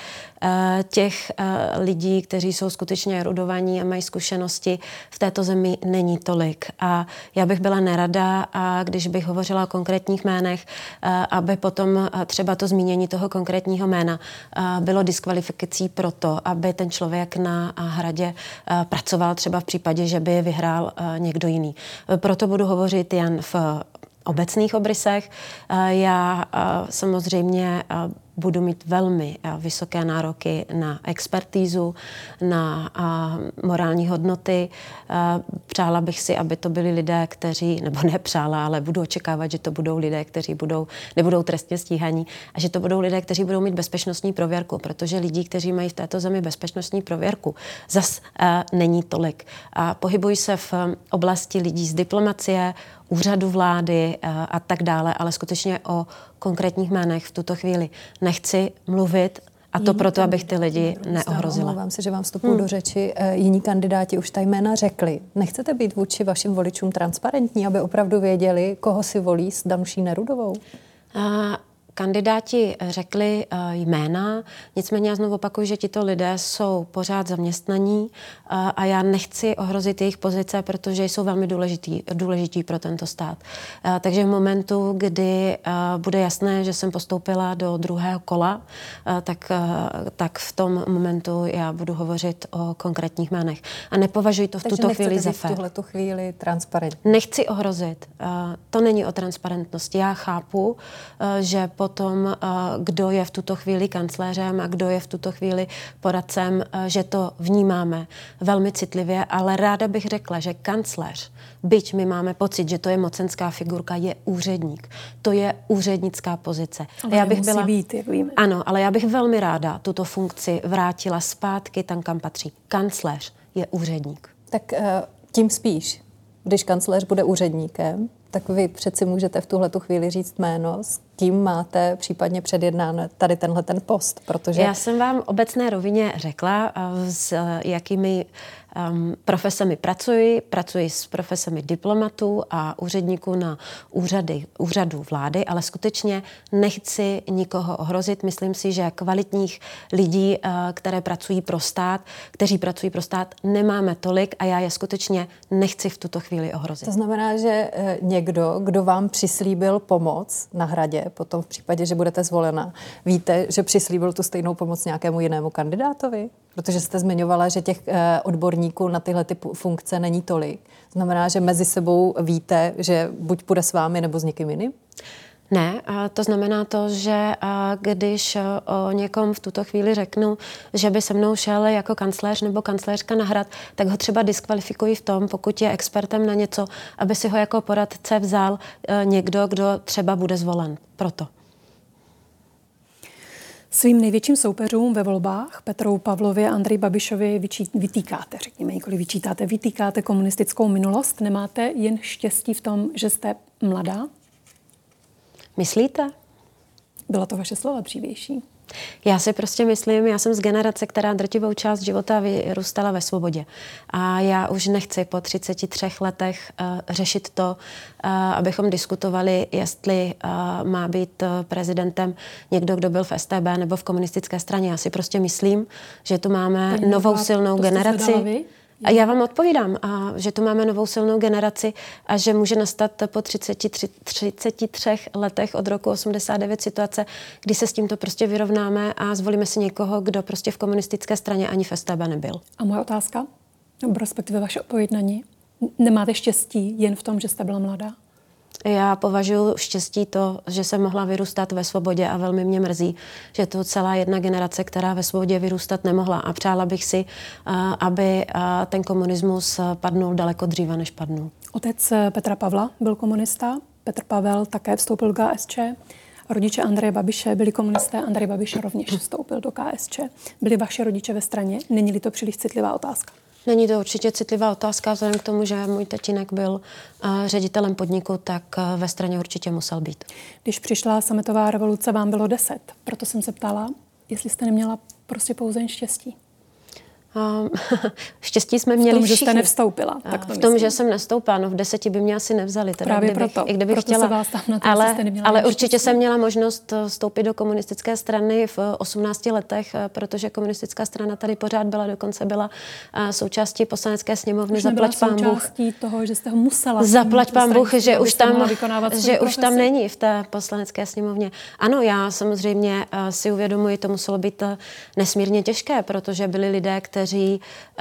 Speaker 4: těch lidí, kteří jsou skutečně erudovaní a mají zkušenosti, v této zemi není tolik. A já bych byla nerada, a když bych hovořila o konkrétních jménech, aby potom třeba to zmínění toho konkrétního jména bylo diskvalifikací pro to, aby ten člověk na Hradě pracoval třeba v případě, že by vyhrál někdo jiný. Proto budu hovořit jen v obecných obrysech. Já samozřejmě budu mít velmi vysoké nároky na expertízu, na morální hodnoty. Přála bych si, aby to byli lidé, kteří, nebo nepřála, ale budu očekávat, že to budou lidé, kteří budou, nebudou trestně stíhaní a že to budou lidé, kteří budou mít bezpečnostní prověrku, protože lidí, kteří mají v této zemi bezpečnostní prověrku, zas není tolik. A pohybují se v oblasti lidí z diplomacie, úřadu vlády a tak dále, ale skutečně o konkrétních jménech v tuto chvíli nechci mluvit, a to jiní proto, abych ty lidi neohrozila.
Speaker 3: Omlouvám se, že vám vstupuji hmm. do řeči. Jiní kandidáti už ta jména řekli. Nechcete být vůči vašim voličům transparentní, aby opravdu věděli, koho si volí s Danuší Nerudovou?
Speaker 4: A kandidáti řekli jména, nicméně já znovu opakuju, že tito lidé jsou pořád zaměstnaní a já nechci ohrozit jejich pozice, protože jsou velmi důležitý, důležitý pro tento stát. Takže v momentu, kdy bude jasné, že jsem postoupila do druhého kola, tak, tak v tom momentu já budu hovořit o konkrétních jménech. A nepovažuji to v
Speaker 3: Takže
Speaker 4: tuto chvíli za
Speaker 3: fér.
Speaker 4: fér.
Speaker 3: v tuhletu chvíli transparentní.
Speaker 4: Nechci ohrozit. To není o transparentnosti. Já chápu, že potom, kdo je v tuto chvíli kancléřem a kdo je v tuto chvíli poradcem, že to vnímáme velmi citlivě, ale ráda bych řekla, že kancléř, byť my máme pocit, že to je mocenská figurka, je úředník. To je úřednická pozice.
Speaker 2: Ale já bych byla být, jak víme.
Speaker 4: Ano, ale já bych velmi ráda tuto funkci vrátila zpátky tam, kam patří. Kancléř je úředník.
Speaker 3: Tak tím spíš, když kancléř bude úředníkem, tak vy přeci můžete v tuhletu chvíli říct jméno, s kým máte případně předjednán tady tenhle ten post, protože...
Speaker 4: Já jsem vám v obecné rovině řekla, s jakými um, profesemi pracuji. Pracuji s profesemi diplomatů a úředníků na úřady, úřadu vlády, ale skutečně nechci nikoho ohrozit. Myslím si, že kvalitních lidí, uh, které pracují pro stát, kteří pracují pro stát, nemáme tolik a já je skutečně nechci v tuto chvíli ohrozit.
Speaker 3: To znamená, že někdo, kdo vám přislíbil pomoc na Hradě, potom v případě, že budete zvolena, víte, že přislíbil tu stejnou pomoc nějakému jinému kandidátovi? Protože jste zmiňovala, že těch odborníků na tyhle ty funkce není tolik. Znamená, že mezi sebou víte, že buď půjde s vámi, nebo s někým jiným?
Speaker 4: Ne, to znamená to, že když o někom v tuto chvíli řeknu, že by se mnou šel jako kancléř nebo kancléřka na Hrad, tak ho třeba diskvalifikuji v tom, pokud je expertem na něco, aby si ho jako poradce vzal někdo, kdo třeba bude zvolen. Proto.
Speaker 2: Svým největším soupeřům ve volbách, Petru Pavlovi a Andreji Babišovi, vyčí, vytýkáte, řekněme, nikoli vyčítáte, vytýkáte komunistickou minulost. Nemáte jen štěstí v tom, že jste mladá?
Speaker 4: Myslíte?
Speaker 2: Byla to vaše slova dřívější.
Speaker 4: Já si prostě myslím, já jsem z generace, která drtivou část života vyrůstala ve svobodě. A já už nechci po třiceti třech letech uh, řešit to, uh, abychom diskutovali, jestli uh, má být uh, prezidentem někdo, kdo byl v S T B nebo v komunistické straně. Já si prostě myslím, že tu máme
Speaker 2: Paní
Speaker 4: novou
Speaker 2: Nová,
Speaker 4: silnou generaci. A já vám odpovídám, a že tu máme novou silnou generaci a že může nastat po třiceti třech letech od roku osmdesát devět situace, kdy se s tímto prostě vyrovnáme a zvolíme si někoho, kdo prostě v komunistické straně ani v S T B nebyl.
Speaker 2: A moje otázka, nebo respektive vaše odpověď na ní, nemáte štěstí jen v tom, že jste byla mladá?
Speaker 4: Já považuji štěstí to, že jsem mohla vyrůstat ve svobodě a velmi mě mrzí, že to celá jedna generace, která ve svobodě vyrůstat nemohla. A přála bych si, aby ten komunismus padnul daleko dříve, než padnul.
Speaker 2: Otec Petra Pavla byl komunista, Petr Pavel také vstoupil do K S Č. Rodiče Andreje Babiše byli komunisté, Andrej Babiš rovněž vstoupil do K S Č. Byli vaše rodiče ve straně? Není-li to příliš citlivá otázka?
Speaker 4: Není to určitě citlivá otázka, vzhledem k tomu, že můj tatínek byl uh, ředitelem podniku, tak uh, ve straně určitě musel být.
Speaker 2: Když přišla sametová revoluce, vám bylo deset. Proto jsem se ptala, jestli jste neměla prostě pouze jen štěstí.
Speaker 4: Um, štěstí jsme měli
Speaker 2: v tom,
Speaker 4: všichni.
Speaker 2: že jste nevstoupila. Tak to
Speaker 4: v tom,
Speaker 2: myslím.
Speaker 4: že jsem nestoupila, no v deseti by mě asi nevzali. Teda,
Speaker 2: Právě
Speaker 4: kdybych,
Speaker 2: proto.
Speaker 4: I kdybych
Speaker 2: proto
Speaker 4: chtěla.
Speaker 2: Se vás tam na to,
Speaker 4: ale
Speaker 2: jste
Speaker 4: ale určitě jsem měla možnost vstoupit do komunistické strany v osmnácti letech, protože komunistická strana tady pořád byla, dokonce byla součástí poslanecké sněmovny.
Speaker 2: Už
Speaker 4: zaplať pán Bůh.
Speaker 2: Součástí toho, že jste ho musela.
Speaker 4: Zaplať pán Bůh, že už tam, že už tam
Speaker 2: není.
Speaker 4: není v té poslanecké sněmovně. Ano, já samozřejmě si uvědomuji, to muselo být nesmírně těžké, protože byli lidé, kteří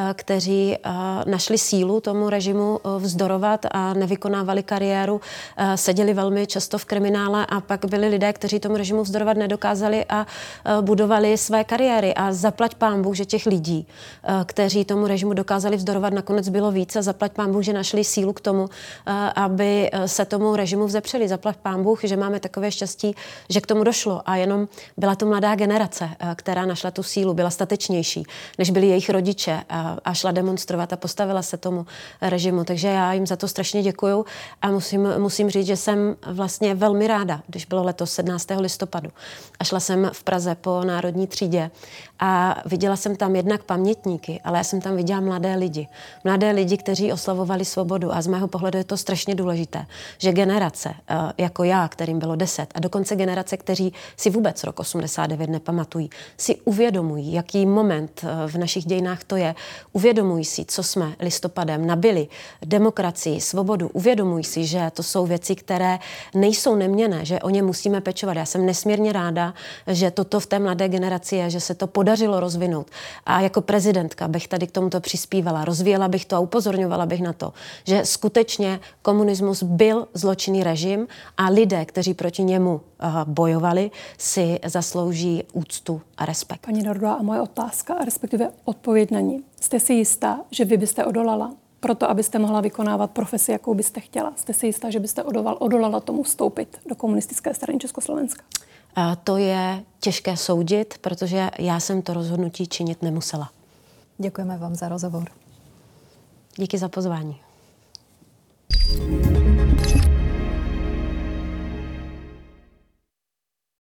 Speaker 4: kteří našli sílu tomu režimu vzdorovat a nevykonávali kariéru, seděli velmi často v kriminále a pak byli lidé, kteří tomu režimu vzdorovat nedokázali a budovali své kariéry. A zaplať pán Bůh, že těch lidí, kteří tomu režimu dokázali vzdorovat, nakonec bylo víc a zaplať pán Bůh, že našli sílu k tomu, aby se tomu režimu vzepřeli. Zaplať pán Bůh, že máme takové štěstí, že k tomu došlo a jenom byla to mladá generace, která našla tu sílu, byla statečnější, než byli jejich rodiče a šla demonstrovat a postavila se tomu režimu. Takže já jim za to strašně děkuju a musím, musím říct, že jsem vlastně velmi ráda, když bylo letos sedmnáctého listopadu a šla jsem v Praze po Národní třídě a viděla jsem tam jednak pamětníky, ale já jsem tam viděla mladé lidi. Mladé lidi, kteří oslavovali svobodu a z mého pohledu je to strašně důležité, že generace jako já, kterým bylo deset a dokonce generace, kteří si vůbec rok osmdesát devět nepamatují, si uvědomují, jaký moment v našich dějinách to je. Uvědomují si, co jsme listopadem nabili, demokracii, svobodu. Uvědomují si, že to jsou věci, které nejsou neměnné, že o ně musíme pečovat. Já jsem nesmírně ráda, že toto v té mladé generaci je, že se to podařilo rozvinout. A jako prezidentka bych tady k tomuto přispívala, rozvíjela bych to a upozorňovala bych na to, že skutečně komunismus byl zločinný režim a lidé, kteří proti němu bojovali, si zaslouží úctu a respekt.
Speaker 2: Paní Nerudová, a moje otázka, a respektive odpověď na ní. Jste si jistá, že vy byste odolala proto, abyste mohla vykonávat profesi, jakou byste chtěla? Jste si jistá, že byste odolala, odolala tomu vstoupit do komunistické strany Československa?
Speaker 4: A to je těžké soudit, protože já jsem to rozhodnutí činit nemusela.
Speaker 3: Děkujeme vám za rozhovor.
Speaker 4: Díky za pozvání.